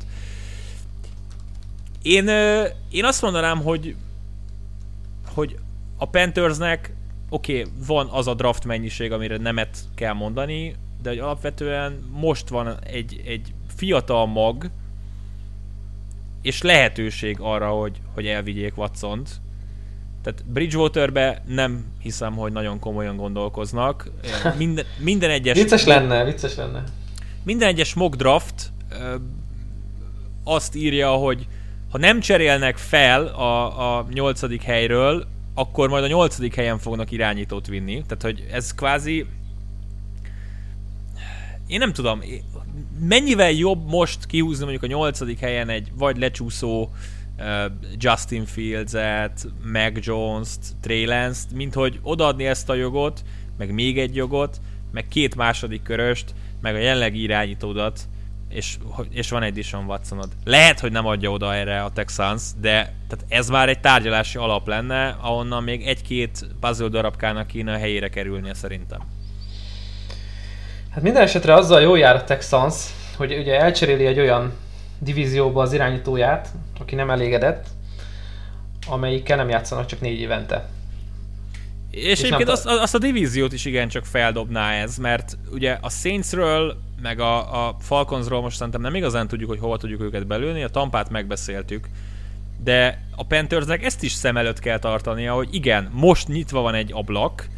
Én azt mondanám, hogy a Panthersnek oké, van az a draft mennyiség, amire nemet kell mondani, de hogy alapvetően most van egy fiatal mag, és lehetőség arra, hogy elvigyék Watsont. Tehát Bridgewaterbe nem hiszem, hogy nagyon komolyan gondolkoznak. Minden egyes... vicces lenne. Minden egyes mock draft azt írja, hogy ha nem cserélnek fel a 8. helyről, akkor majd a 8. helyen fognak irányítót vinni. Tehát, hogy ez kvázi... Én nem tudom, mennyivel jobb most kihúzni mondjuk a 8. helyen egy vagy lecsúszó Justin Fields-et, Mac Jones-t, Trey Lance-t, mint hogy odaadni ezt a jogot, meg még egy jogot, meg 2 második köröst, meg a jelenlegi irányítódat, és van egy Deshaun Watsonod. Lehet, hogy nem adja oda erre a Texans, de tehát ez már egy tárgyalási alap lenne, ahonnan még 1-2 puzzle darabkának kéne a helyére kerülnie szerintem. Hát minden esetre azzal jól jár a Texans, hogy ugye elcseréli egy olyan divízióba az irányítóját, aki nem elégedett, amelyikkel nem játszanak csak 4 évente. És egyébként azt a divíziót is igencsak feldobná ez, mert ugye a Saintsről, meg a Falconsról most szerintem nem igazán tudjuk, hogy hova tudjuk őket belőni, a Tampát megbeszéltük, de a Panthersnek ezt is szem előtt kell tartania, hogy igen, most nyitva van egy ablak,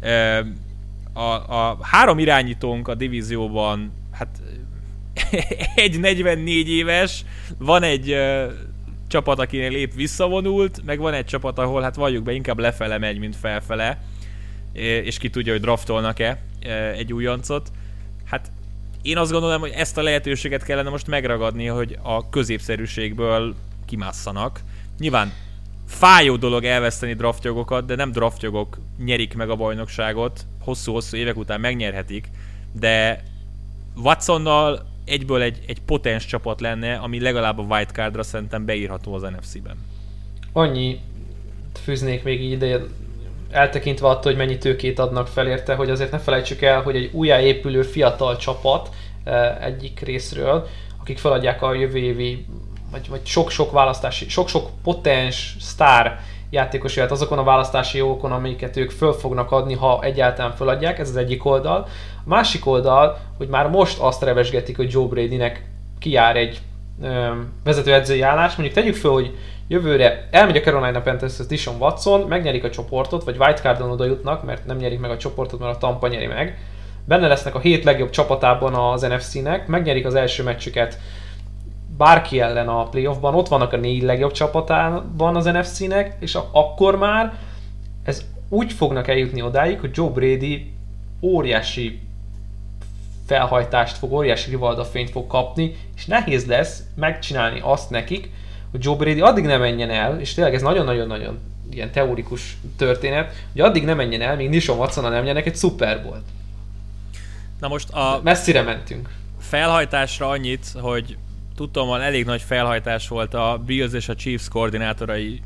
a 3 irányítónk a divízióban, hát egy 44 éves, van egy csapat, akinél épp visszavonult, meg van egy csapat, ahol hát valljuk be, inkább lefele megy, mint felfele, és ki tudja, hogy draftolnak-e egy újoncot. Hát én azt gondolom, hogy ezt a lehetőséget kellene most megragadni, hogy a középszerűségből kimásszanak. Nyilván fájó dolog elveszteni draftjogokat, de nem draftjogok nyerik meg a bajnokságot, hosszú-hosszú évek után megnyerhetik, de Watsonnal egyből egy potens csapat lenne, ami legalább a wildcardra szerintem beírható az NFC-ben. Annyi fűznék még így ide, eltekintve attól, hogy mennyi tőkét adnak fel érte, hogy azért ne felejtsük el, hogy egy újjáépülő fiatal csapat egyik részről, akik feladják a jövő évi, vagy sok-sok választási, sok-sok potens sztár játékosért azokon a választási jogokon, amiket ők föl fognak adni, ha egyáltalán föladják, ez az egyik oldal. A másik oldal, hogy már most azt revesgetik, hogy Joe Bradynek kijár egy vezetőedzői állás. Mondjuk tegyük föl, hogy jövőre elmegy a Carolina Panthers-hez Deshaun Watson, megnyerik a csoportot, vagy wildcardon oda jutnak, mert nem nyerik meg a csoportot, mert a Tampa nyeri meg. Benne lesznek a 7 legjobb csapatában az NFC-nek, megnyerik az első meccsüket bárki ellen a playoffban, ott vannak a 4 legjobb csapatában az NFC-nek, és akkor már ez úgy fognak eljutni odáig, hogy Joe Brady óriási felhajtást fog, óriási rivaldafényt fog kapni, és nehéz lesz megcsinálni azt nekik, hogy Joe Brady addig nem menjen el, és tényleg ez nagyon-nagyon-nagyon ilyen teórikus történet, hogy addig nem menjen el, míg Deshaun Watsonnal nem nyernek egy Super Bowl-t. Na most messzire mentünk. Felhajtásra annyit, hogy tudtommal elég nagy felhajtás volt a Bills és a Chiefs koordinátorai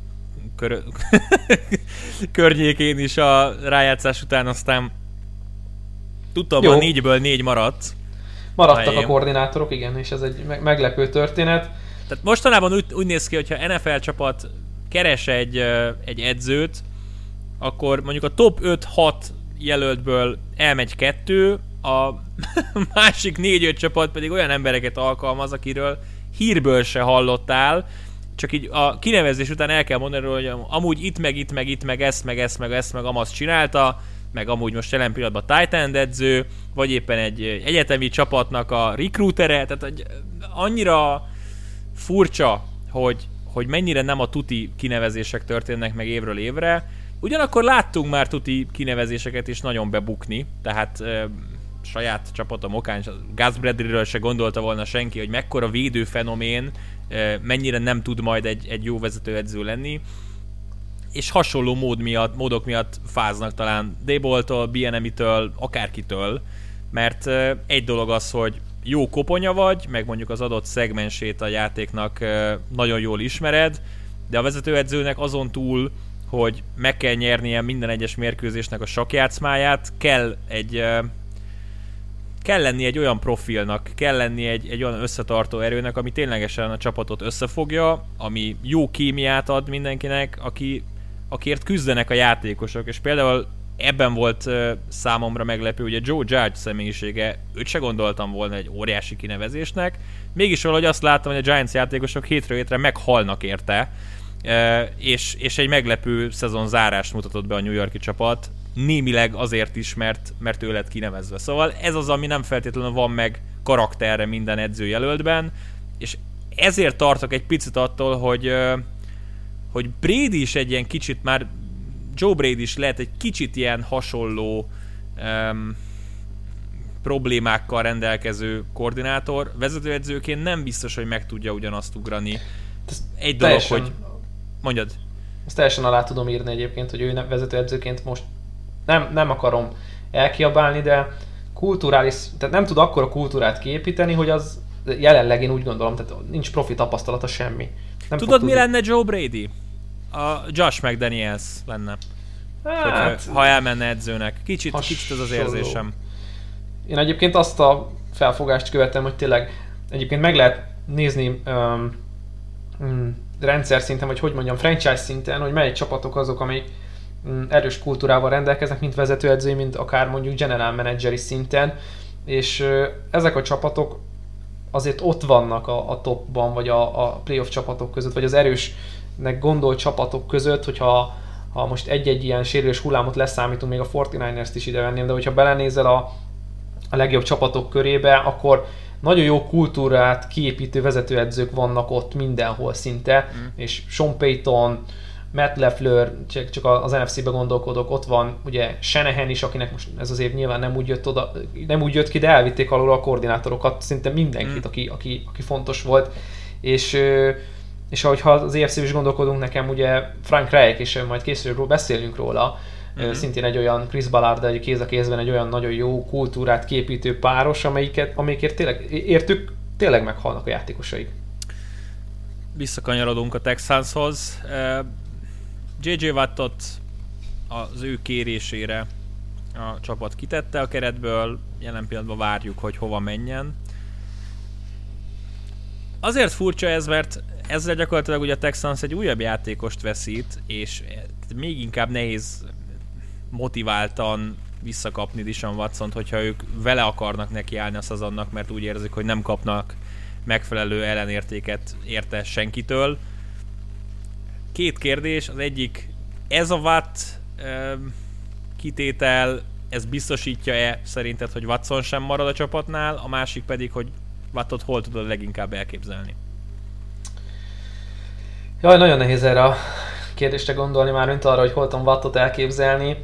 környékén is a rájátszás után, aztán tudtommal 4-ből 4 maradt. Maradtak a koordinátorok, igen, és ez egy meglepő történet. Tehát mostanában úgy néz ki, hogyha NFL csapat keres egy edzőt, akkor mondjuk a top 5-6 jelöltből elmegy 2, a másik 4-5 csapat pedig olyan embereket alkalmaz, akiről hírből se hallottál, csak így a kinevezés után el kell mondani, hogy amúgy itt meg ezt meg amazt csinálta, meg amúgy most jelen pillanatban tight end edző, vagy éppen egy egyetemi csapatnak a recruitere, tehát annyira furcsa, hogy mennyire nem a tuti kinevezések történnek meg évről évre. Ugyanakkor láttunk már tuti kinevezéseket is nagyon bebukni, tehát saját csapatom okán, Gus Bradleyről se gondolta volna senki, hogy mekkora védőfenomén, mennyire nem tud majd egy jó vezetőedző lenni, és hasonló módok miatt fáznak talán Daboll-tól, Bieniemy-től, akárkitől, mert egy dolog az, hogy jó koponya vagy, meg mondjuk az adott szegmensét a játéknak nagyon jól ismered, de a vezetőedzőnek azon túl, hogy meg kell nyernie minden egyes mérkőzésnek a sakkjátszmáját, kell lenni egy olyan profilnak, kell lenni egy olyan összetartó erőnek, ami ténylegesen a csapatot összefogja, ami jó kémiát ad mindenkinek, akiért küzdenek a játékosok, és például ebben volt számomra meglepő, ugye Joe Judge személyisége, őt se gondoltam volna egy óriási kinevezésnek, mégis valahogy azt láttam, hogy a Giants játékosok hétről hétre meghalnak érte, és egy meglepő szezon zárást mutatott be a New York-i csapat, némileg azért is, mert ő lett kinevezve. Szóval ez az, ami nem feltétlenül van meg karakterre minden edzőjelöltben, és ezért tartok egy picit attól, hogy Brady is egy ilyen kicsit már, Joe Brady is lehet egy kicsit ilyen hasonló problémákkal rendelkező koordinátor, vezetőedzőként nem biztos, hogy meg tudja ugyanazt ugrani. Egy dolog, hogy... Mondjad. Ezt teljesen alá tudom írni egyébként, hogy ő vezetőedzőként most nem akarom elkiabálni, de kulturális, tehát nem tud akkora kultúrát kiépíteni, hogy az jelenleg én úgy gondolom, tehát nincs profi tapasztalata semmi. Nem tudod, mi lenne Joe Brady? A Josh McDaniels lenne. Hát, ha elmenne edzőnek. Kicsit ez az érzésem. Én egyébként azt a felfogást követem, hogy tényleg egyébként meg lehet nézni rendszer szinten, vagy hogy mondjam, franchise szinten, hogy mely csapatok azok, amik erős kultúrával rendelkeznek, mint vezetőedzői, mint akár mondjuk general manageri szinten, és ezek a csapatok azért ott vannak a topban, vagy a playoff csapatok között, vagy az erősnek gondolt csapatok között, hogyha most egy-egy ilyen sérülés hullámot leszámítunk, még a 49ers-t is ide venném, de hogyha belenézel a legjobb csapatok körébe, akkor nagyon jó kultúrát kiépítő vezetőedzők vannak ott mindenhol szinte, és Sean Payton, Matt LaFleur, csak az NFC-be gondolkodok, ott van ugye Shanahan is, akinek most ez az év nyilván nem úgy jött ki, de elvitték alul a koordinátorokat, szinte mindenkit, aki fontos volt, és ahogyha az EFC-ben is gondolkodunk, nekem ugye Frank Reich, és majd később beszélünk róla, szintén egy olyan Chris Ballard, egy kéz a kézben egy olyan nagyon jó kultúrát képítő páros, amelyikért tényleg meghalnak a játékosaik. Visszakanyarodunk a Texanshoz. J.J. Wattot az ő kérésére a csapat kitette a keretből, jelen pillanatban várjuk, hogy hova menjen. Azért furcsa ez, mert ezzel gyakorlatilag ugye a Texans egy újabb játékost veszít, és még inkább nehéz motiváltan visszakapni Deshaun Watsont, hogyha ők vele akarnak nekiállni a szezonnak, mert úgy érzik, hogy nem kapnak megfelelő ellenértéket érte senkitől. Két kérdés, az egyik, ez a Watt kitétel, ez biztosítja-e szerinted, hogy Watson sem marad a csapatnál, a másik pedig, hogy Wattot hol tudod leginkább elképzelni? Jaj, nagyon nehéz erre a kérdésre gondolni már, mint arra, hogy hol tudom Wattot elképzelni.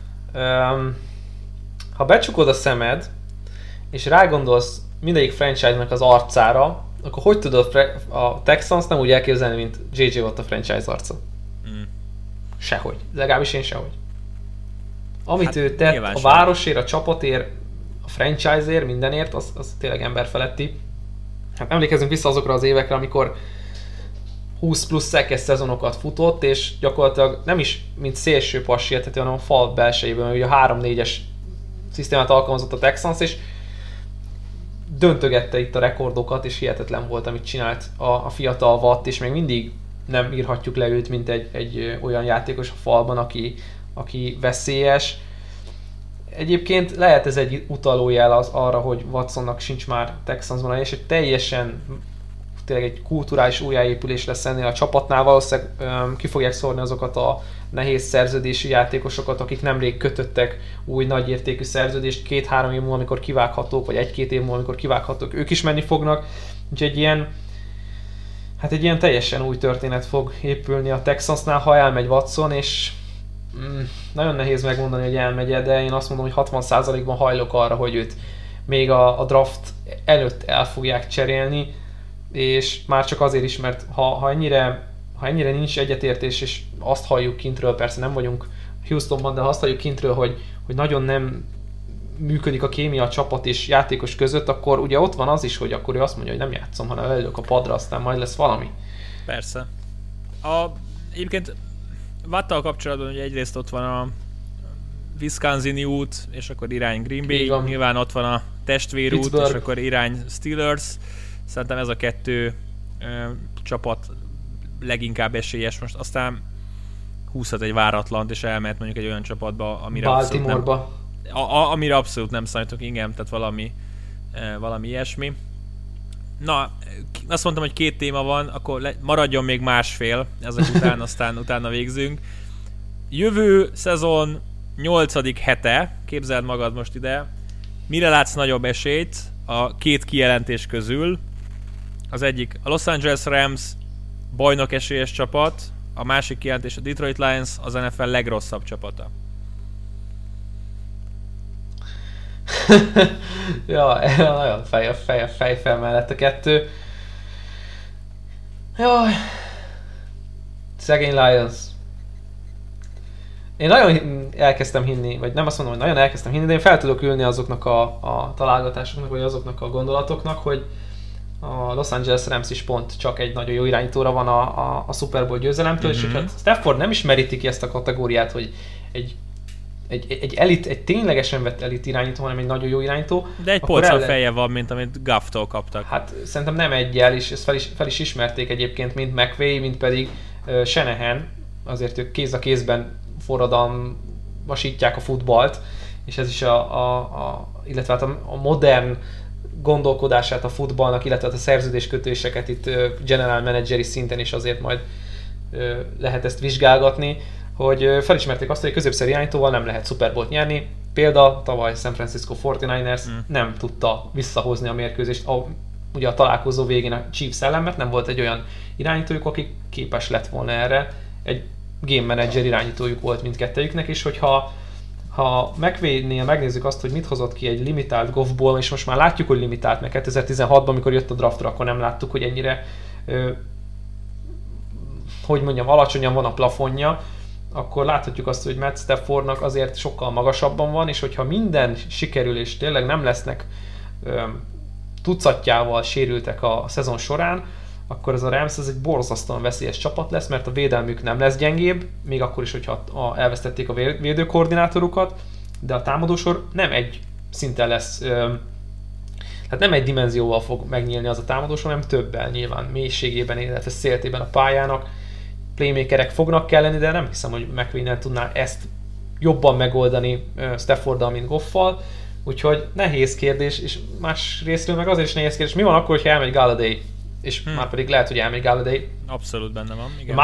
Ha becsukod a szemed, és rágondolsz mindegyik franchise-nak az arcára, akkor hogy tudod a Texans nem úgy elképzelni, mint J.J. Watt a franchise arca? Sehogy. Legalábbis én sehogy. Amit ő tett a városért, a csapatért, a franchise-ért, mindenért, az tényleg emberfeletti. Hát emlékezzünk vissza azokra az évekre, amikor 20 plusz szekes szezonokat futott, és gyakorlatilag nem is mint szélső pass érthető, hanem a fal belsejében, ugye a 3-4-es szisztémát alkalmazott a Texans, és döntögette itt a rekordokat, és hihetetlen volt, amit csinált a fiatal Watt, és még mindig nem írhatjuk le őt, mint egy olyan játékos a falban, aki veszélyes. Egyébként lehet ez egy utalójel arra, hogy Watsonnak sincs már Texansban, és egy teljesen tényleg egy kulturális újjáépülés lesz ennél a csapatnál, valószínűleg ki fogják szórni azokat a nehéz szerződési játékosokat, akik nemrég kötöttek új nagyértékű szerződést, 2-3 év múlva, amikor kivághatók, vagy 1-2 év múlva, amikor kivághatók, ők is menni fognak. Úgyhogy egy ilyen teljesen új történet fog épülni a Texansnál, ha elmegy Watson, és nagyon nehéz megmondani, hogy elmegy, de én azt mondom, hogy 60%-ban hajlok arra, hogy őt még a draft előtt el fogják cserélni, és már csak azért is, mert ha ennyire nincs egyetértés, és azt halljuk kintről, persze nem vagyunk Houstonban, de azt halljuk kintről, hogy nagyon nem működik a kémia a csapat és játékos között, akkor ugye ott van az is, hogy akkor ő azt mondja, hogy nem játszom, hanem leülök a padra, aztán majd lesz valami. Persze. Egyébként Watttal kapcsolatban ugye egyrészt ott van a Wisconsin út, és akkor irány Green Bay, nyilván ott van a testvérút, Pittsburgh, és akkor irány Steelers. Szerintem ez a kettő csapat leginkább esélyes most. Aztán húzhat egy váratlant, és elmehet mondjuk egy olyan csapatba, amire amire abszolút nem számítok, igen, tehát valami ilyesmi. Na, azt mondtam, hogy 2 téma van, akkor maradjon még másfél ezek után, aztán utána végzünk. Jövő szezon 8. hete, képzeld magad most ide, mire látsz nagyobb esélyt a 2 kijelentés közül? Az egyik a Los Angeles Rams bajnok esélyes csapat, a másik kijelentés a Detroit Lions, az NFL legrosszabb csapata. Ja, nagyon fejfel mellett a 2. Jaj, szegény Lions. Én nagyon elkezdtem hinni, vagy nem azt mondom, hogy nagyon elkezdtem hinni, de én fel tudok ülni azoknak a találgatásoknak, vagy azoknak a gondolatoknak, hogy a Los Angeles Rams is pont csak egy nagyon jó irányítóra van a Super Bowl győzelemtől, és hogyha Stafford nem is meríti ki ezt a kategóriát, hogy egy ténylegesen vett elit irányító, hanem egy nagyon jó irányító. De egy polccal feje van, mint amit Goff-tól kaptak. Hát szerintem nem egyel, és ezt fel is ismerték egyébként, mint McVay, mint pedig Shanahan. Azért ők kéz a kézben forradalmasítják a futballt, és ez is illetve hát a modern gondolkodását a futballnak, illetve a szerződéskötéseket itt general manageri szinten is azért majd lehet ezt vizsgálgatni, hogy felismerték azt, hogy középszerű irányítóval nem lehet Super Bowl-t nyerni. Példa, tavaly San Francisco 49ers nem tudta visszahozni a mérkőzést, ugye a találkozó végén a Chiefs ellen, mert nem volt egy olyan irányítójuk, aki képes lett volna erre. Egy game manager irányítójuk volt mindkettőjüknek, és hogyha McVay-nél megnézzük azt, hogy mit hozott ki egy limitált Goffból, és most már látjuk, hogy limitált, mert 2016-ban, amikor jött a draftra, akkor nem láttuk, hogy ennyire alacsonyan van a plafonja, akkor láthatjuk azt, hogy Matt Staffordnak azért sokkal magasabban van, és hogyha minden sikerül, és tényleg nem lesznek tucatjával sérültek a szezon során, akkor ez a Rams egy borzasztóan veszélyes csapat lesz, mert a védelmük nem lesz gyengébb, még akkor is, hogyha elvesztették a védőkoordinátorukat, de a támadósor nem egy szinten lesz, tehát nem egy dimenzióval fog megnyílni az a támadósor, hanem többel nyilván mélységében, illetve széltében a pályának. Playmakerek fognak kell lenni, de nem hiszem, hogy McVay tudná ezt jobban megoldani Stafforddal, mint Goffal. Úgyhogy nehéz kérdés, és más részről meg azért is nehéz kérdés. Mi van akkor, hogyha elmegy Galladay? És már pedig lehet, hogy elmegy Galladay. Abszolút benne van, igen.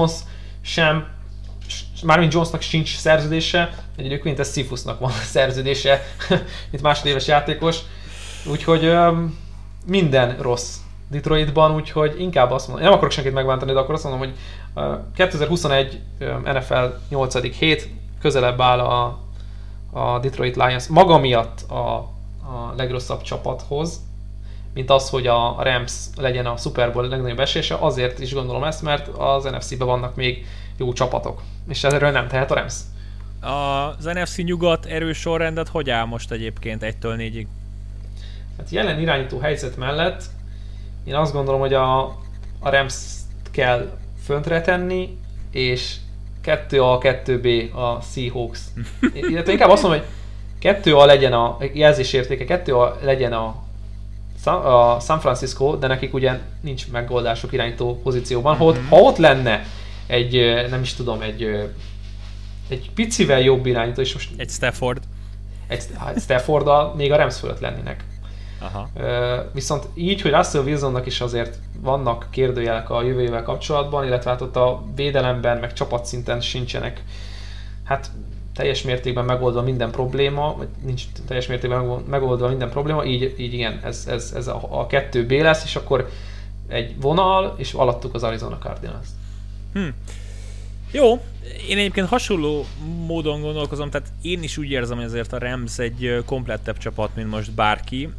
Marvin Jonesnak sincs szerződése, egyébként Quintez Cephusnak van szerződése, mint másodéves játékos. Úgyhogy minden rossz Detroitban, úgyhogy inkább azt mondom, nem akarok senkit megbántani, de akkor azt mondom, hogy 2021 NFL 8. hét, közelebb áll a Detroit Lions maga miatt a legrosszabb csapathoz, mint az, hogy a Rams legyen a Super Bowl legnagyobb esése, azért is gondolom ezt, mert az NFC-ben vannak még jó csapatok, és erről nem tehet a Rams. Az NFC nyugat erős sorrendet hogy áll most egyébként 1-től 4-ig? Hát jelen irányító helyzet mellett én azt gondolom, hogy a Rams kell föntre tenni, és 2A, 2B a Seahawks. Illetve inkább azt mondom, hogy 2A legyen a jelzésértéke, 2A legyen a San Francisco, de nekik ugye nincs megoldások irányító pozícióban. Ha ott lenne egy, nem is tudom, egy picivel jobb irányító, és most... Egy Stafford. Egy Stafforddal még a Rams fölött lennének. Aha. Viszont így, hogy Russell Wilsonnak is azért vannak kérdőjelek a jövőjével kapcsolatban, illetve hát ott a védelemben, meg csapatszinten sincsenek hát teljes mértékben megoldva minden probléma, vagy nincs teljes mértékben megoldva minden probléma, így igen, ez a 2B lesz, és akkor egy vonal, és alattuk az Arizona Cardinals. Jó, én egyébként hasonló módon gondolkozom, tehát én is úgy érzem, hogy azért a Rams egy komplettebb csapat, mint most bárki.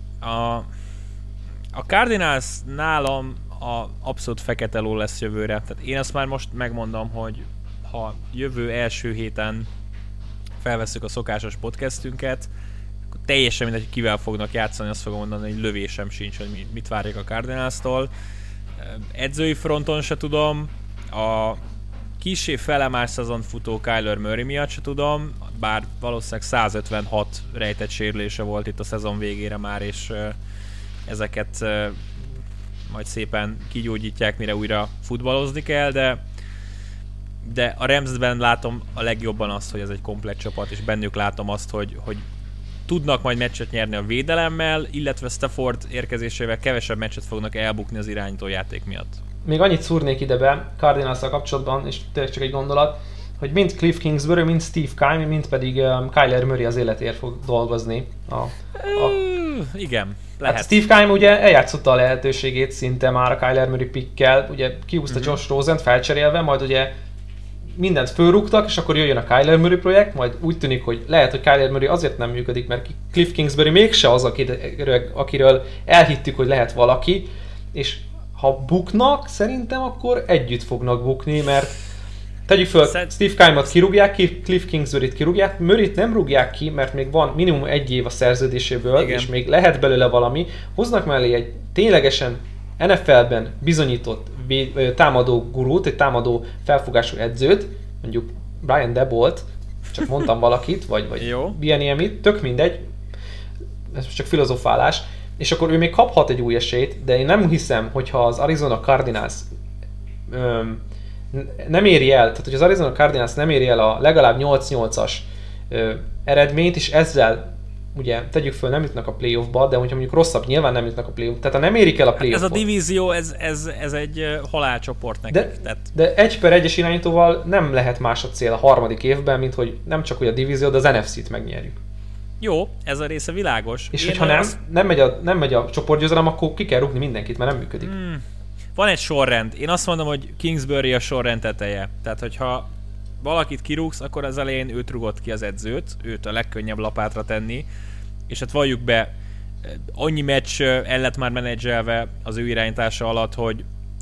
A Cardinals nálam abszolút fekete ló lesz jövőre, tehát én azt már most megmondom, hogy ha jövő első héten felvesszük a szokásos podcastünket, akkor teljesen mindegy, hogy kivel fognak játszani, azt fogom mondani, hogy lövésem sincs, hogy mit várják a Cardinals-tól. Edzői fronton se tudom, a kissé felemás szezont futó Kyler Murray miatt se tudom, bár valószínűleg 156 rejtett sérülése volt itt a szezon végére már, és ezeket majd szépen kigyógyítják, mire újra futballozni kell, de a Ramsben látom a legjobban azt, hogy ez egy komplett csapat, és bennük látom azt, hogy tudnak majd meccset nyerni a védelemmel, illetve Stafford érkezésével kevesebb meccset fognak elbukni az irányító játék miatt. Még annyit szúrnék ide be Cardinals-szal kapcsolatban, és tényleg csak egy gondolat, hogy mind Cliff Kingsbury, mind Steve Keim, mind pedig Kyler Murray az életért fog dolgozni. Igen, lehet. Hát Steve Keim ugye eljátszotta a lehetőségét szinte már a Kyler Murray pickkel, ugye kihúzta Josh Rosent felcserélve, majd ugye mindent fölrúgtak, és akkor jöjjön a Kyler Murray projekt, majd úgy tűnik, hogy lehet, hogy Kyler Murray azért nem működik, mert Cliff Kingsbury mégse az, akiről elhittük, hogy lehet valaki, és ha buknak, szerintem akkor együtt fognak bukni, mert tegyük föl, Steve Keimot kirúgják ki, Cliff Kingsburyt kirúgják, Murrayt nem rúgják ki, mert még van minimum 1 év a szerződéséből, igen, és még lehet belőle valami, hoznak mellé egy ténylegesen NFL-ben bizonyított támadó gurút, egy támadó felfogású edzőt, mondjuk Brian Dabolt, csak mondtam valakit, vagy Bieniemit, tök mindegy, ez most csak filozofálás, és akkor ő még kaphat egy új esélyt, de én nem hiszem, hogyha az Arizona Cardinals nem éri el, tehát hogy az Arizona Cardinals nem éri el a legalább 8-8-as eredményt, és ezzel ugye tegyük föl, nem jutnak a playoffba, de hogyha mondjuk rosszabb, nyilván nem jutnak a playoffba, tehát ha nem érik el a playoffot. Ez a divízió, ez egy halálcsoport nekik. De 1/1-es irányítóval nem lehet más a cél a harmadik évben, mint hogy nem csak ugye a divízió, de az NFC-t megnyerjük. Jó, ez a része világos. És hogyha nem megy a csoportgyőzelem, akkor ki kell rúgni mindenkit, mert nem működik. Van egy sorrend. Én azt mondom, hogy Kingsbury a sorrend teteje. Tehát, hogyha valakit kirúgsz, akkor az elején őt rúgott ki az edzőt, őt a legkönnyebb lapátra tenni, és hát valljuk be, annyi meccs el lett már menedzselve az ő irányítása alatt, hogy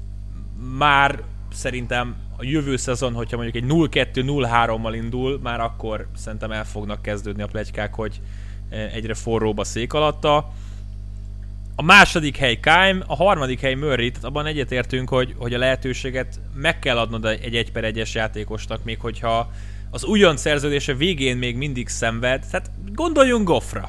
már szerintem a jövő szezon, hogyha mondjuk egy 0-2-0-3-mal indul, már akkor szerintem el fognak kezdődni a pletykák, hogy egyre forróbb a szék alatta. A második hely Keim, a harmadik hely Murray, tehát abban egyetértünk, hogy a lehetőséget meg kell adnod egy 1/1-es játékosnak, még hogyha az újonc szerződése végén még mindig szenved, tehát gondoljunk Goffra.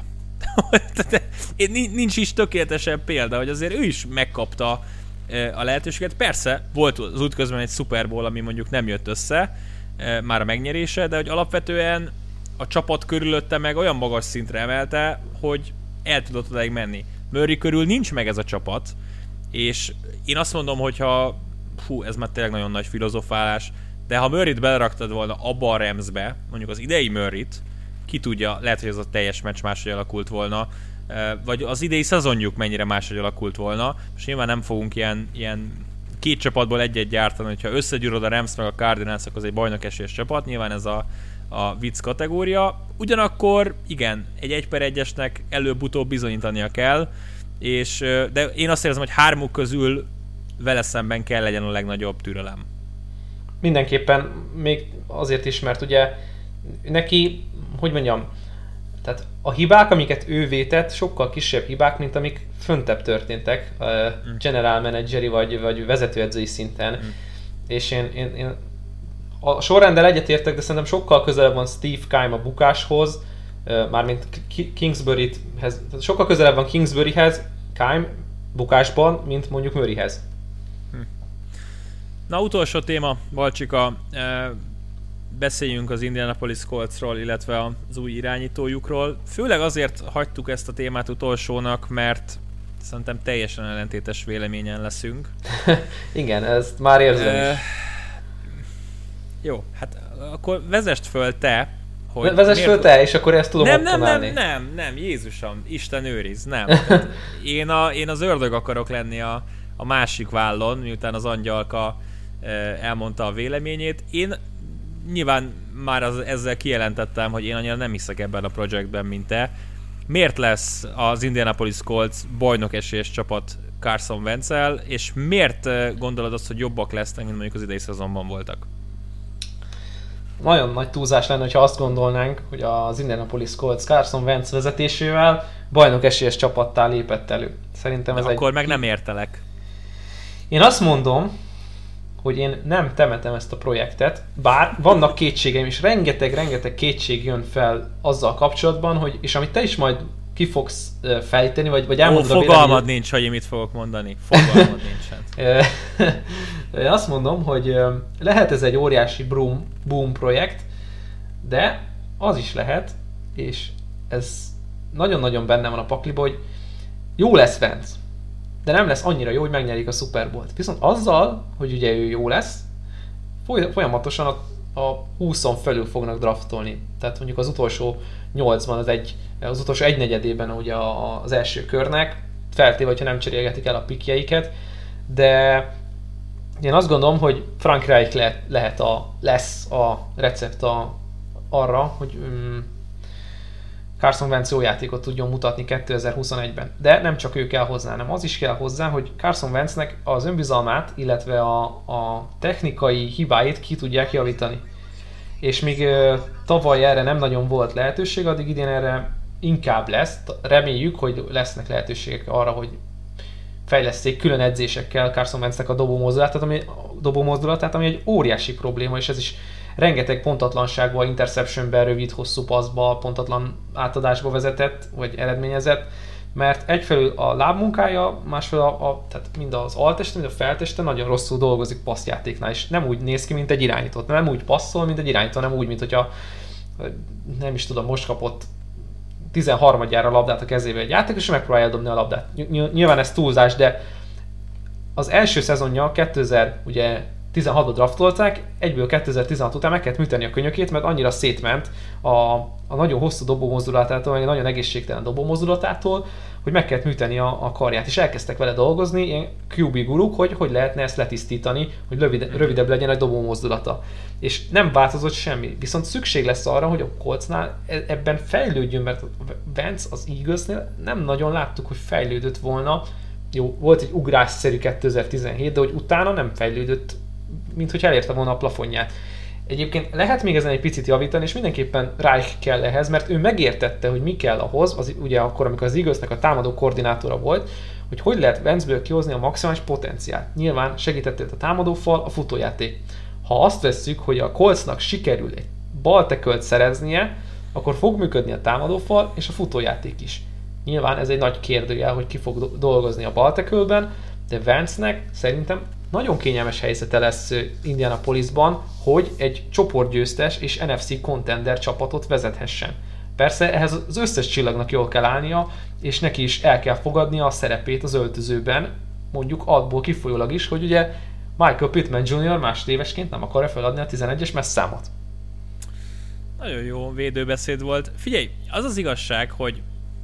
Nincs is tökéletesebb példa, hogy azért ő is megkapta a lehetőséget. Persze, volt az útközben egy Super Bowl, ami mondjuk nem jött össze, már a megnyerése, de hogy alapvetően a csapat körülötte meg olyan magas szintre emelte, hogy el tudott odáig menni. Murray körül nincs meg ez a csapat, és én azt mondom, hogyha ez már tényleg nagyon nagy filozofálás, de ha Murrayt beleraktad volna abba a Ramsbe, mondjuk az idei Murrayt, ki tudja, lehet, hogy ez a teljes meccs máshogy alakult volna, vagy az idei szezonjuk mennyire máshogy alakult volna. Most nyilván nem fogunk ilyen két csapatból egy-egy gyártani, hogyha összegyűröd a Rams meg a Cardinals, akkor az egy bajnokesélyes csapat, nyilván ez a vicc kategória. Ugyanakkor igen, egy 1/1-esnek előbb-utóbb bizonyítania kell, de én azt érzem, hogy hármuk közül vele szemben kell legyen a legnagyobb türelem. Mindenképpen még azért is, mert ugye neki, hogy mondjam, tehát a hibák, amiket ő vétett, sokkal kisebb hibák, mint amik föntebb történtek general manageri vagy vezetőedzői szinten. És én a sorrenddel egyetértek, de szerintem sokkal közelebb van Steve Keim a bukáshoz, mármint Kingsburyhez, sokkal közelebb van Kingsburyhez, Keim bukásban, mint mondjuk Murrayhez. Na, utolsó téma, Balcsika, beszéljünk az Indianapolis Coltsról, illetve az új irányítójukról. Főleg azért hagytuk ezt a témát utolsónak, mert szerintem teljesen ellentétes véleményen leszünk. Igen, ezt már érzem is. Jó, hát akkor vezest föl te, hogy... Vezess föl te, és akkor ezt tudom opponálni. Nem, Jézusom, Isten őriz, nem. Én az ördög akarok lenni a másik vállon, miután az angyalka elmondta a véleményét. Én nyilván már ezzel kijelentettem, hogy én annyira nem hiszek ebben a projektben, mint te. Miért lesz az Indianapolis Colts bajnok esélyes csapat Carson Wentz-el, és miért gondolod azt, hogy jobbak lesznek, mint mondjuk az idei szezonban voltak? nagyon nagy túlzás lenne, ha azt gondolnánk, hogy az Indianapolis Colts Carson Wentz vezetésével bajnok esélyes csapattá lépett elő. Szerintem ez akkor meg nem értelek. Én azt mondom, hogy én nem temetem ezt a projektet, bár vannak kétségeim, és rengeteg kétség jön fel azzal kapcsolatban, hogy, és amit te is majd ki fogsz fejteni, vagy elmondod a fogalmad nincs, hogy én mit fogok mondani. Fogalmad nincsen. Én azt mondom, hogy lehet ez egy óriási boom projekt, de az is lehet, és ez nagyon-nagyon benne van a pakliba, hogy jó lesz Wentz, de nem lesz annyira jó, hogy megnyerik a Super Bowl-t. Viszont azzal, hogy ugye ő jó lesz, folyamatosan a 20-on felül fognak draftolni. Tehát mondjuk az utolsó 8-ban, az utolsó egynegyedében ugye az első körnek, feltéve, hogyha nem cserélgetik el a pikjeiket, de én azt gondolom, hogy Frank Reich lesz a recept arra, hogy Carson Wentz jó játékot tudjon mutatni 2021-ben. De nem csak ő kell hozzá, hanem az is kell hozzá, hogy Carson Wentznek az önbizalmát, illetve a technikai hibáit ki tudják javítani. És míg tavaly erre nem nagyon volt lehetőség, addig idén erre inkább lesz. Reméljük, hogy lesznek lehetőségek arra, hogy fejleszték külön edzésekkel Carson Wentznek a dobómozdulatát, ami egy óriási probléma, és ez is rengeteg pontatlanságba, interceptionben, rövid, hosszú passzba, pontatlan átadásba vezetett, vagy eredményezett, mert egyfelől a lábmunkája, másfelől tehát mind az alteste, mind a felteste nagyon rosszul dolgozik passzjátéknál, és nem úgy néz ki, mint egy irányított. Nem úgy passzol, mint egy irányító, nem úgy, mint hogyha nem is tudom, most kapott 13-jára labdát a kezébe egy játék, és megpróbálja eldobni a labdát. Nyilván ez túlzás, de az első szezonja 2016-ban draftolták, egyből 2016 után meg kellett műteni a könyökét, mert annyira szétment a nagyon hosszú dobómozdulatától, meg a nagyon egészségtelen dobómozdulatától, hogy meg kellett műteni a karját, és elkezdtek vele dolgozni, ilyen QB guruk, hogy lehetne ezt letisztítani, hogy rövidebb legyen a dobómozdulata. És nem változott semmi. Viszont szükség lesz arra, hogy a Coltsnál ebben fejlődjön, mert Wentz az Eaglesnél nem nagyon láttuk, hogy fejlődött volna. Jó, volt egy ugrásszerű 2017, de hogy utána nem fejlődött, mint hogy elérte volna a plafonját. Egyébként lehet még ezen egy picit javítani, és mindenképpen Reich kell ehhez, mert ő megértette, hogy mi kell ahhoz, ugye akkor, amikor az Eaglesnek a támadó koordinátora volt, hogy lehet Wentzből kihozni a maximális potenciált. Nyilván segítette a támadófal, a futójáték. Ha azt vesszük, hogy a Coltsnak sikerül egy bal tackle-t szereznie, akkor fog működni a támadófal és a futójáték is. Nyilván ez egy nagy kérdőjel, hogy ki fog dolgozni a bal tackle-ben, de Wentznek szerintem nagyon kényelmes helyzete lesz Indianapolisban, hogy egy csoportgyőztes és NFC contender csapatot vezethessen. Persze ehhez az összes csillagnak jól kell állnia, és neki is el kell fogadnia a szerepét az öltözőben, mondjuk abból kifolyólag is, hogy ugye Michael Pittman Jr. másodévesként nem akarja feladni a 11-es messzámot. Nagyon jó védőbeszéd volt. Figyelj, az az igazság, hogy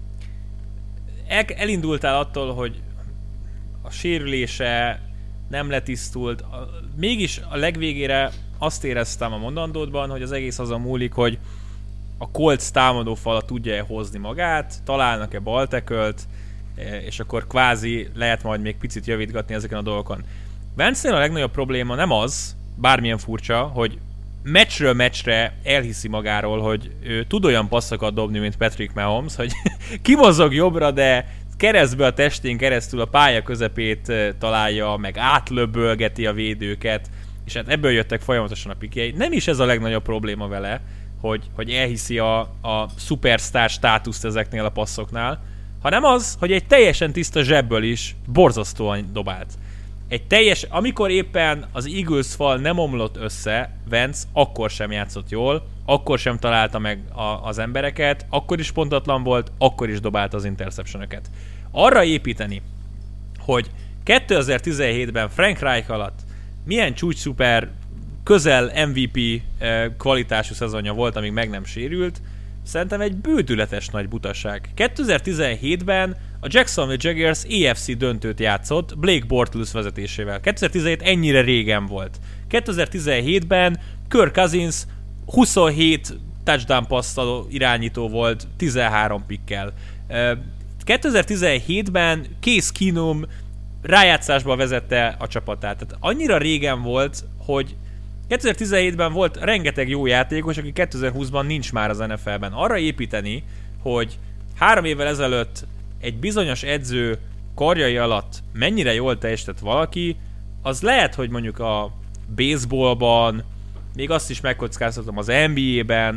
elindultál attól, hogy a sérülése nem letisztult. Mégis a legvégére azt éreztem a mondandódban, hogy az egész azon múlik, hogy a Colts támadófala tudja-e hozni magát, találnak-e bal tackle-t, és akkor kvázi lehet majd még picit javítgatni ezeken a dolgokon. Wentznél a legnagyobb probléma nem az, bármilyen furcsa, hogy meccsről meccsre elhiszi magáról, hogy ő tud olyan passzokat dobni, mint Patrick Mahomes, hogy kimozog jobbra, de keresztbe a testén keresztül a pálya közepét találja, meg átlöbölgeti a védőket, és hát ebből jöttek folyamatosan a pikjei. Nem is ez a legnagyobb probléma vele, hogy elhiszi a szupersztár státuszt ezeknél a passzoknál, hanem az, hogy egy teljesen tiszta zsebből is borzasztóan dobált. Amikor éppen az Eagles fal nem omlott össze, Wentz akkor sem játszott jól, akkor sem találta meg az embereket, akkor is pontatlan volt, akkor is dobálta az interceptionöket. Arra építeni, hogy 2017-ben Frank Reich alatt milyen csúcsszuper, közel MVP kvalitású szezonja volt, amíg meg nem sérült, szerintem egy bődületes nagy butaság. 2017-ben a Jacksonville Jaguars AFC döntőt játszott Blake Bortles vezetésével. 2017 ennyire régen volt. 2017-ben Kirk Cousins 27 touchdown passzaló irányító volt 13 pikkel. 2017-ben Case Keenum rájátszásba vezette a csapatát. Tehát annyira régen volt, hogy 2017-ben volt rengeteg jó játékos, aki 2020-ban nincs már az NFL-ben. Arra építeni, hogy 3 évvel ezelőtt egy bizonyos edző karjai alatt mennyire jól teljesített valaki, az lehet, hogy mondjuk a baseballban, még azt is megkockáztatom az NBA-ben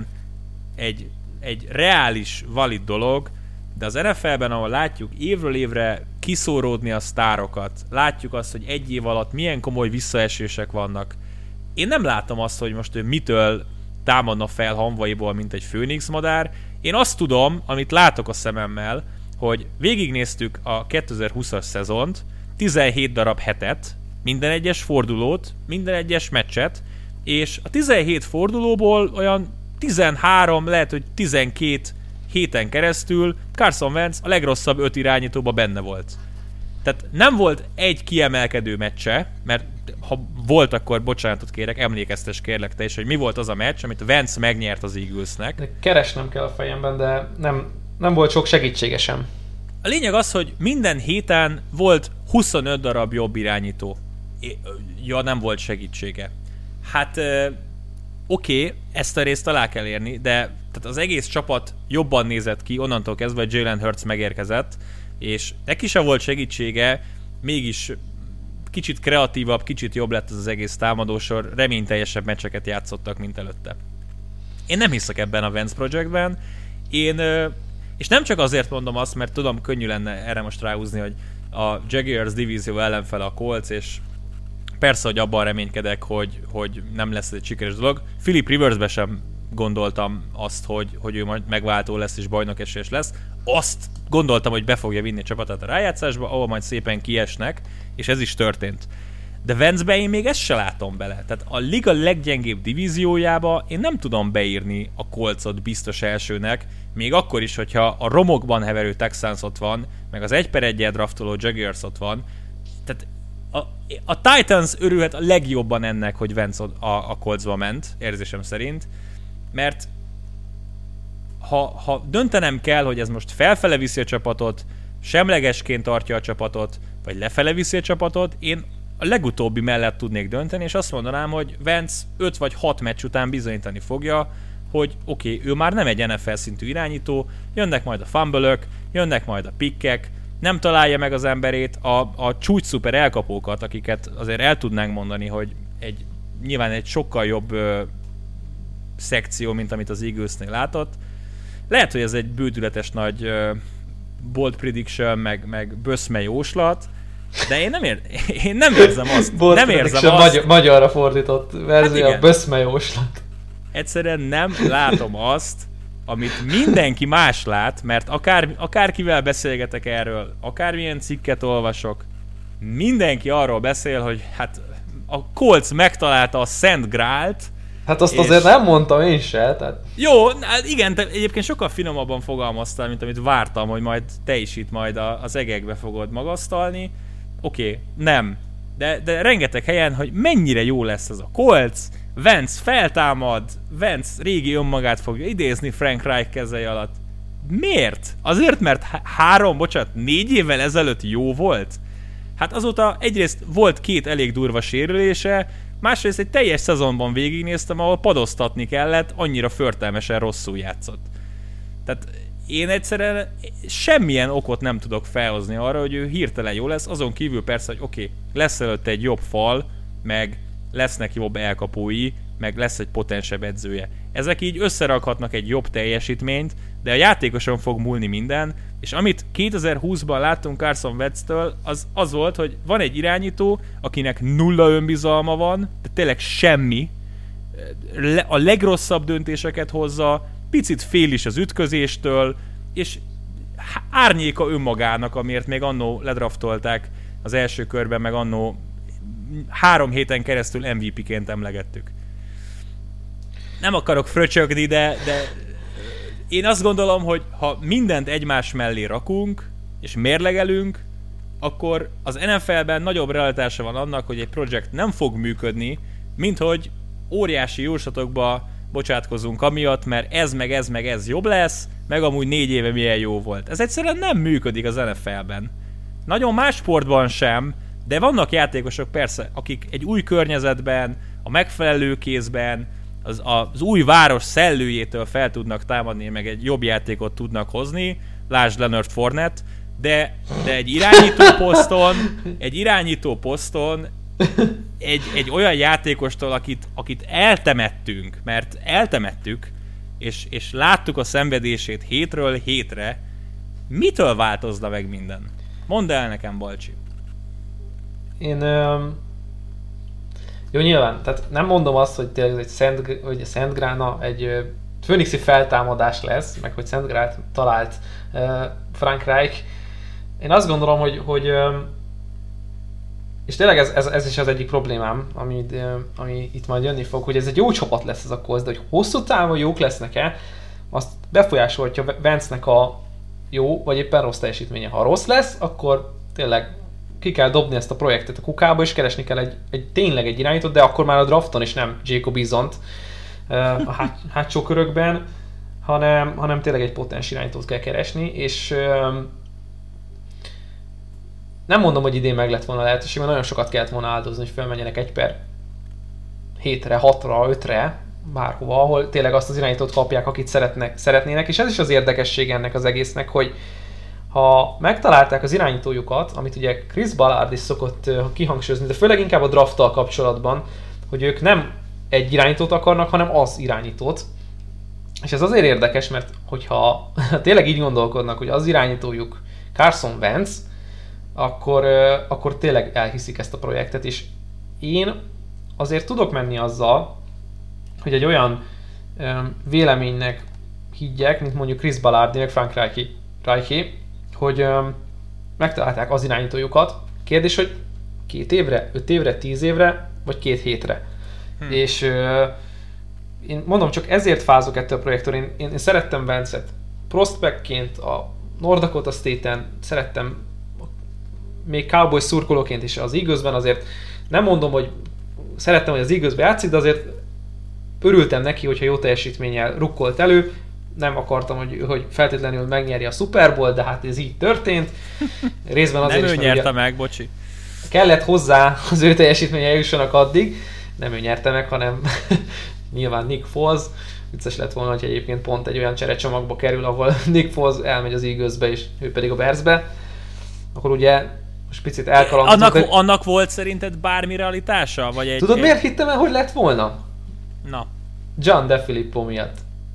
egy reális, valid dolog, de az NFL-ben, ahol látjuk évről évre kiszóródni a sztárokat, látjuk azt, hogy egy év alatt milyen komoly visszaesések vannak. Én nem látom azt, hogy most ő mitől támadna fel hamvaiból, mint egy főnix madár. Én azt tudom, amit látok a szememmel, hogy végignéztük a 2020-as szezont, 17 darab hetet, minden egyes fordulót, minden egyes meccset, és a 17 fordulóból olyan 13, lehet, hogy 12 héten keresztül Carson Wentz a legrosszabb 5 irányítóba benne volt. Tehát nem volt egy kiemelkedő meccse, mert ha volt, akkor bocsánatot kérek, emlékeztes kérlek te is, hogy mi volt az a meccs, amit Wentz megnyert az Eaglesnek. Keresnem kell a fejemben, de nem volt sok segítsége sem. A lényeg az, hogy minden héten volt 25 darab jobb irányító. Ja, nem volt segítsége. Hát oké, ezt a részt alá kell érni, de tehát az egész csapat jobban nézett ki onnantól kezdve, hogy Jalen Hurts megérkezett, és neki sem volt segítsége, mégis kicsit kreatívabb, kicsit jobb lett az egész támadósor, reményteljesebb meccseket játszottak, mint előtte. Én nem hiszek ebben a Wentz Projectben, és nem csak azért mondom azt, mert tudom, könnyű lenne erre most ráhúzni, hogy a Jaguars divízió ellenfele a Colts, és persze, hogy abban reménykedek, hogy nem lesz egy sikeres dolog. Philip Riversbe sem gondoltam azt, hogy ő majd megváltó lesz és bajnok esélyes lesz. Azt gondoltam, hogy be fogja vinni a csapatát a rájátszásba, ahol majd szépen kiesnek, és ez is történt. De Wentzbe én még ezt se látom bele. Tehát a liga leggyengébb divíziójába én nem tudom beírni a Coltsot biztos elsőnek, még akkor is, hogyha a romokban heverő Texans ott van, meg az 1/1 draftoló Jaguars ott van. Tehát a Titans örülhet a legjobban ennek, hogy Wentz a Coltsba ment, érzésem szerint, mert ha döntenem kell, hogy ez most felfele viszi a csapatot, semlegesként tartja a csapatot, vagy lefele viszi a csapatot, én a legutóbbi mellett tudnék dönteni, és azt mondanám, hogy Wentz 5 vagy 6 meccs után bizonyítani fogja, hogy oké, ő már nem egy NFL szintű irányító, jönnek majd a fumble-ök, jönnek majd a pikkek, nem találja meg az emberét, a csúcs szuper elkapókat, akiket azért el tudnánk mondani, hogy nyilván egy sokkal jobb szekció, mint amit az Eaglesnél látott. Lehet, hogy ez egy bődületes nagy bold prediction, meg böszme jóslat, de én nem érzem azt. Nem érzem azt. Magyarra fordított verzió, hát böszme jóslat. Egyszerűen nem látom azt, amit mindenki más lát, mert akárkivel beszélgetek erről, akármilyen cikket olvasok, mindenki arról beszél, hogy hát a Colts megtalálta a Szent Grált. Hát azt azért nem mondtam én se. Tehát... Jó, igen, te egyébként sokkal finomabban fogalmaztál, mint amit vártam, hogy majd te is itt majd az egekbe fogod magasztalni. Oké, nem. De rengeteg helyen, hogy mennyire jó lesz ez a Colts, Wentz feltámad, Wentz régi önmagát fogja idézni Frank Reich kezei alatt. Miért? Azért, mert 4 évvel ezelőtt jó volt? Hát azóta egyrészt volt 2 elég durva sérülése, másrészt egy teljes szezonban végignéztem, ahol padoztatni kellett, annyira förtelmesen rosszul játszott. Tehát én egyszerűen semmilyen okot nem tudok felhozni arra, hogy ő hirtelen jó lesz, azon kívül persze, hogy oké, lesz előtte egy jobb fal, meg lesznek jobb elkapói, meg lesz egy potensebb edzője. Ezek így összerakhatnak egy jobb teljesítményt, de a játékoson fog múlni minden, és amit 2020-ban láttunk Carson Wentz-től, az volt, hogy van egy irányító, akinek 0 önbizalma van, tehát tényleg semmi, a legrosszabb döntéseket hozza, picit fél is az ütközéstől, és árnyéka önmagának, amiért még annó ledraftolták az első körben, meg annó 3 héten keresztül MVP-ként emlegettük. Nem akarok fröcsögni, de én azt gondolom, hogy ha mindent egymás mellé rakunk, és mérlegelünk, akkor az NFL-ben nagyobb realitása van annak, hogy egy projekt nem fog működni, mint hogy óriási jóslatokba bocsátkozunk amiatt, mert ez jobb lesz, meg amúgy 4 éve milyen jó volt. Ez egyszerűen nem működik az NFL-ben. Nagyon más sportban sem, de vannak játékosok persze, akik egy új környezetben, a megfelelő kézben, az új város szellőjétől fel tudnak támadni, meg egy jobb játékot tudnak hozni, lásd Leonard Fournette, de egy irányító poszton egy olyan játékostól, akit eltemettünk, mert eltemettük, és láttuk a szenvedését hétről hétre, mitől változna meg minden? Mondd el nekem, Balcsi. Jó, nyilván, tehát nem mondom azt, hogy tényleg egy Szent Grána egy Phoenixi feltámadás lesz, meg hogy Szent Grát talált Frank Reich. Én azt gondolom, hogy és tényleg ez is az egyik problémám, ami itt majd jönni fog, hogy ez egy jó csapat lesz ez a Colts, de hogy hosszú távon jók lesznek-e, azt befolyásolhatja Vance-nek a jó, vagy éppen rossz teljesítménye. Ha rossz lesz, akkor tényleg ki kell dobni ezt a projektet a kukába, és keresni kell tényleg egy irányítót, de akkor már a drafton is nem Jacob Easont a hátsó körökben, hanem tényleg egy potens irányítót kell keresni, és nem mondom, hogy idén meg lett volna lehetőség, mert nagyon sokat kellett volna áldozni, hogy felmenjenek 1/7-re, 6-ra, 5-re, bárhova, ahol tényleg azt az irányítót kapják, akit szeretnének, és ez is az érdekesség ennek az egésznek, hogy ha megtalálták az irányítójukat, amit ugye Chris Ballard is szokott kihangsúlyozni, de főleg inkább a drafttal kapcsolatban, hogy ők nem egy irányítót akarnak, hanem az irányítót. És ez azért érdekes, mert hogyha tényleg így gondolkodnak, hogy az irányítójuk Carson Wentz, akkor tényleg elhiszik ezt a projektet, és én azért tudok menni azzal, hogy egy olyan véleménynek higgyek, mint mondjuk Chris Ballard, meg Frank Reich, hogy megtalálták az irányítójukat. Kérdés, hogy 2 évre, 5 évre, 10 évre, vagy 2 hétre. És én mondom, csak ezért fázok ettől a projektől. Én szerettem Vance-et prospectként a North Dakota State-en, szerettem még Cowboys szurkolóként is az Eaglesben, azért nem mondom, hogy szerettem, hogy az Eaglesbe játszik, de azért örültem neki, hogyha jó teljesítménnyel rukkolt elő. Nem akartam, hogy feltétlenül megnyerje a Super Bowl, de hát ez így történt. Részben azért nem is, ő nyerte meg, bocsi. Kellett hozzá az ő teljesítménye jussanak addig. Nem ő nyerte meg, hanem nyilván Nick Foles. Vicces lett volna, hogy egyébként pont egy olyan cserecsomagba kerül, ahol Nick Foles elmegy az Eaglesbe, és ő pedig a Bearsbe. Akkor ugye most picit elkalandozunk. Annak volt szerinted bármi realitása? Vagy Tudod, miért hittem el, hogy lett volna? Na. John DeFilippo miatt.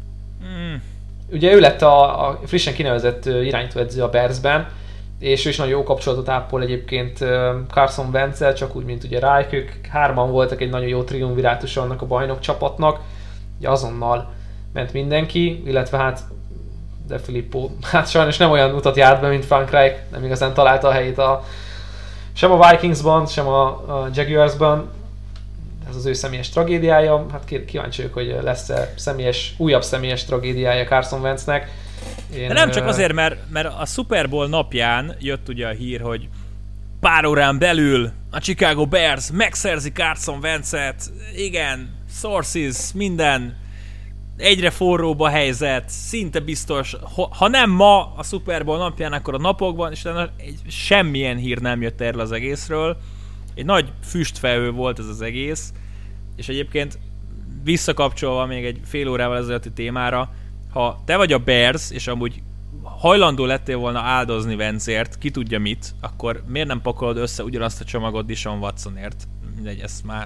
Ugye ő lett a frissen kinevezett irányítóedző a Bearsben, és ő is nagyon jó kapcsolatot ápol egyébként Carson Wentz-el, csak úgy, mint ugye Reich, ők 3-an voltak egy nagyon jó triumvirátus annak a bajnok csapatnak, ugye azonnal ment mindenki, illetve hát DeFilippo, hát sajnos nem olyan utat járt be, mint Frank Reich, nem igazán találta a helyét sem a Vikingsban, sem a Jaguarsban. Ez az ő személyes tragédiája, hát kíváncsi vagyok, hogy lesz-e újabb személyes tragédiája Carson Wentznek. De nem csak azért, mert a Super Bowl napján jött ugye a hír, hogy pár órán belül a Chicago Bears megszerzi Carson Wentzet, igen, sources, minden, egyre forróbb a helyzet, szinte biztos, ha nem ma a Super Bowl napján, akkor a napokban, és semmilyen hír nem jött erről az egészről. Egy nagy füstfelhő volt ez az egész, és egyébként visszakapcsolva még egy fél órával ezelőtti témára, ha te vagy a Bears, és amúgy hajlandó lettél volna áldozni Wentzért, ki tudja mit, akkor miért nem pakolod össze ugyanazt a csomagot Deshaun Watsonért? Mindegy, ezt már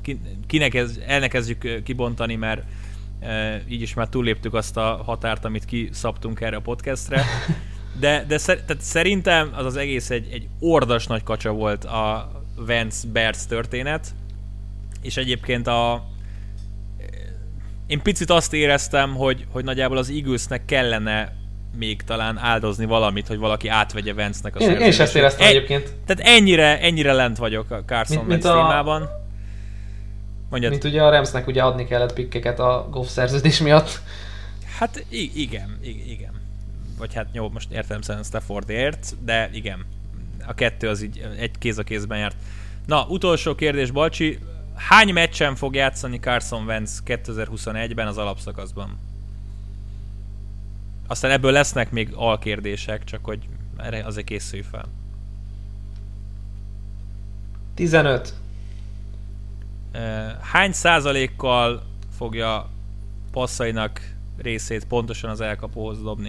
elnekezdjük kibontani, mert így is már túlléptük azt a határt, amit kiszabtunk erre a podcastre. De tehát szerintem az egész egy ordas nagy kacsa volt a Wentz-Bears történet, és egyébként én picit azt éreztem, hogy nagyjából az Eaglesnek kellene még talán áldozni valamit, hogy valaki átvegye Wentznek a szerződését. Én is ezt éreztem egyébként. Tehát ennyire lent vagyok a Carson Wentz témában. Mondjad. Mint ugye a Ramsnek ugye adni kellett pikkeket a Goff szerződés miatt. Hát igen. Vagy hát jó, most értelemszerűen Staffordért, de igen. A kettő az így egy kéz a kézben járt. Na, utolsó kérdés, Balcsi. Hány meccsen fog játszani Carson Wentz 2021-ben az alapszakaszban? Aztán ebből lesznek még alkérdések, csak hogy erre azért készülj fel. 15. Hány százalékkal fogja passzainak részét pontosan az elkapóhoz dobni?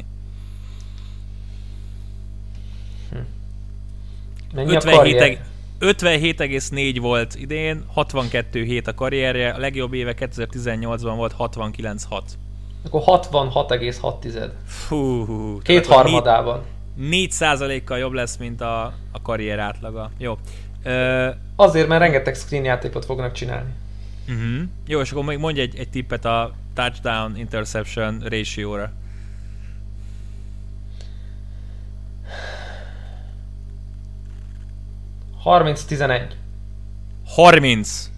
Mennyi a karrier? 57,4 volt idén, 62,7 a karrierje, a legjobb éve 2018-ban volt 69,6. Akkor 66,6. Fú, kétharmadában. 4%-kal jobb lesz, mint a karrier átlaga. Jó. Azért, mert rengeteg screen játékot fognak csinálni. Jó, és akkor még mondj egy tippet a touchdown interception ratio-ra. 30-11. 30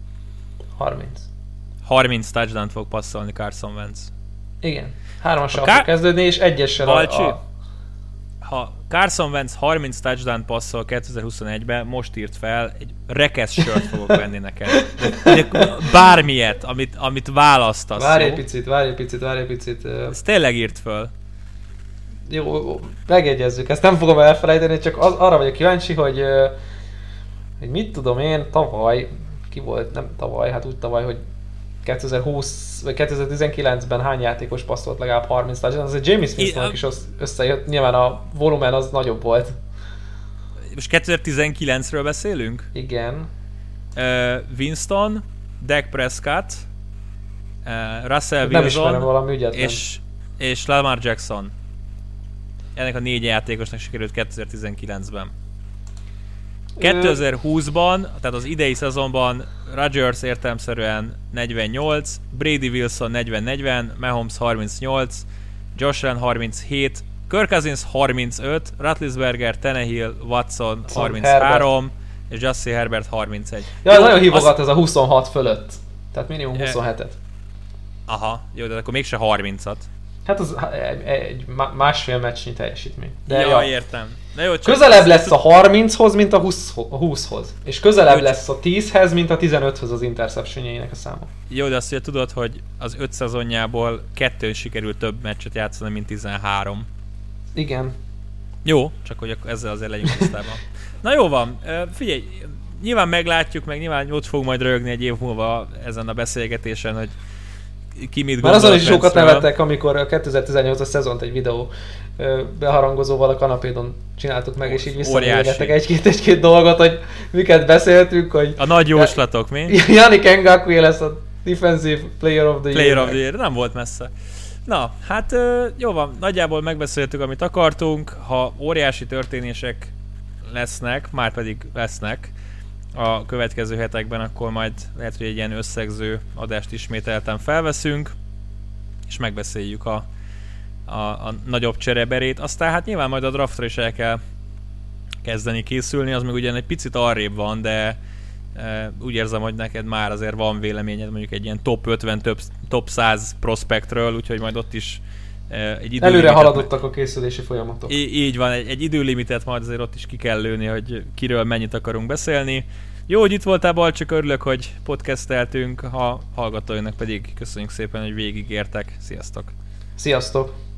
touchdown-t fog passzolni Carson Wentz. Igen. 3-assal fog kezdődni, és 1-essel Balcsi, ha Carson Wentz 30 touchdown passzol 2021-ben, most írt fel, egy rekesz sört fogok venni neked. Bármilyet, amit választasz. Várj egy picit. Ezt tényleg írt föl. Jó, megjegyezzük. Ezt nem fogom elfelejteni, csak arra vagyok kíváncsi, hogy mit tudom én, tavaly, ki volt, nem tavaly, hát úgy tavaly, hogy 2020 vagy 2019-ben hány játékos passzolt legalább 30 touchdown, az egy James Winstonnak is összejött, nyilván a volumen az nagyobb volt. Most 2019-ről beszélünk? Igen. Winston, Dak Prescott, Russell nem Wilson valami ügyetlen. és Lamar Jackson. Ennek a 4 játékosnak sikerült 2019-ben. 2020-ban, tehát az idei szezonban Rodgers értelemszerűen 48, Brady Wilson 40-40, Mahomes 38, Josh Allen 37, Kirk Cousins 35, Roethlisberger, Tannehill, Watson 33, és Justin Herbert 31. Ja, nagyon hívogat ez a 26 fölött. Tehát minimum 27-et. Aha, jó, de akkor mégse 30-at. Hát az egy másfél meccsnyi teljesítmény. De ja, értem. Na jó, közelebb lesz a 30-hoz, mint a 20-hoz. És közelebb lesz a 10-hez, mint a 15-höz az interceptionjeinek a száma. Jó, de azt ugye tudod, hogy az 5 szezonjából 2 sikerült több meccset játszani, mint 13. Igen. Jó, csak hogy ezzel azért legyünk tisztában. Na jó van, figyelj, nyilván meglátjuk, meg nyilván ott fog majd rögni egy év múlva ezen a beszélgetésen, hogy ki mit gondol. Már azon is sokat nevettek, amikor a 2018-as szezont egy videó beharangozóval a kanapédon csináltuk meg, és így visszanézgettek egy-két dolgot, hogy miket beszéltünk, hogy... A nagy jóslatok, mi? Yannick Ngakoue lesz a Defensive Player of the Year. Player of the Year, nem volt messze. Na, hát jó van, nagyjából megbeszéltük, amit akartunk. Ha óriási történések lesznek, már pedig lesznek a következő hetekben, akkor majd lehet, hogy egy ilyen összegző adást ismételten felveszünk, és megbeszéljük a nagyobb csereberét. Aztán hát nyilván majd a draftra is el kell kezdeni készülni, az meg ugyan egy picit arrébb van, de úgy érzem, hogy neked már azért van véleményed mondjuk egy ilyen top 50, top 100 prospektről, úgyhogy majd ott is egy időlimitet... Előre haladottak a készülési folyamatok. Így van, egy időlimitet majd azért ott is ki kell lőni, hogy kiről mennyit akarunk beszélni. Jó, hogy itt voltál, Balcsik, örülök, hogy podcasteltünk, ha hallgatóinak pedig köszönjük szépen, hogy végigértek. Sziasztok! Sziasztok!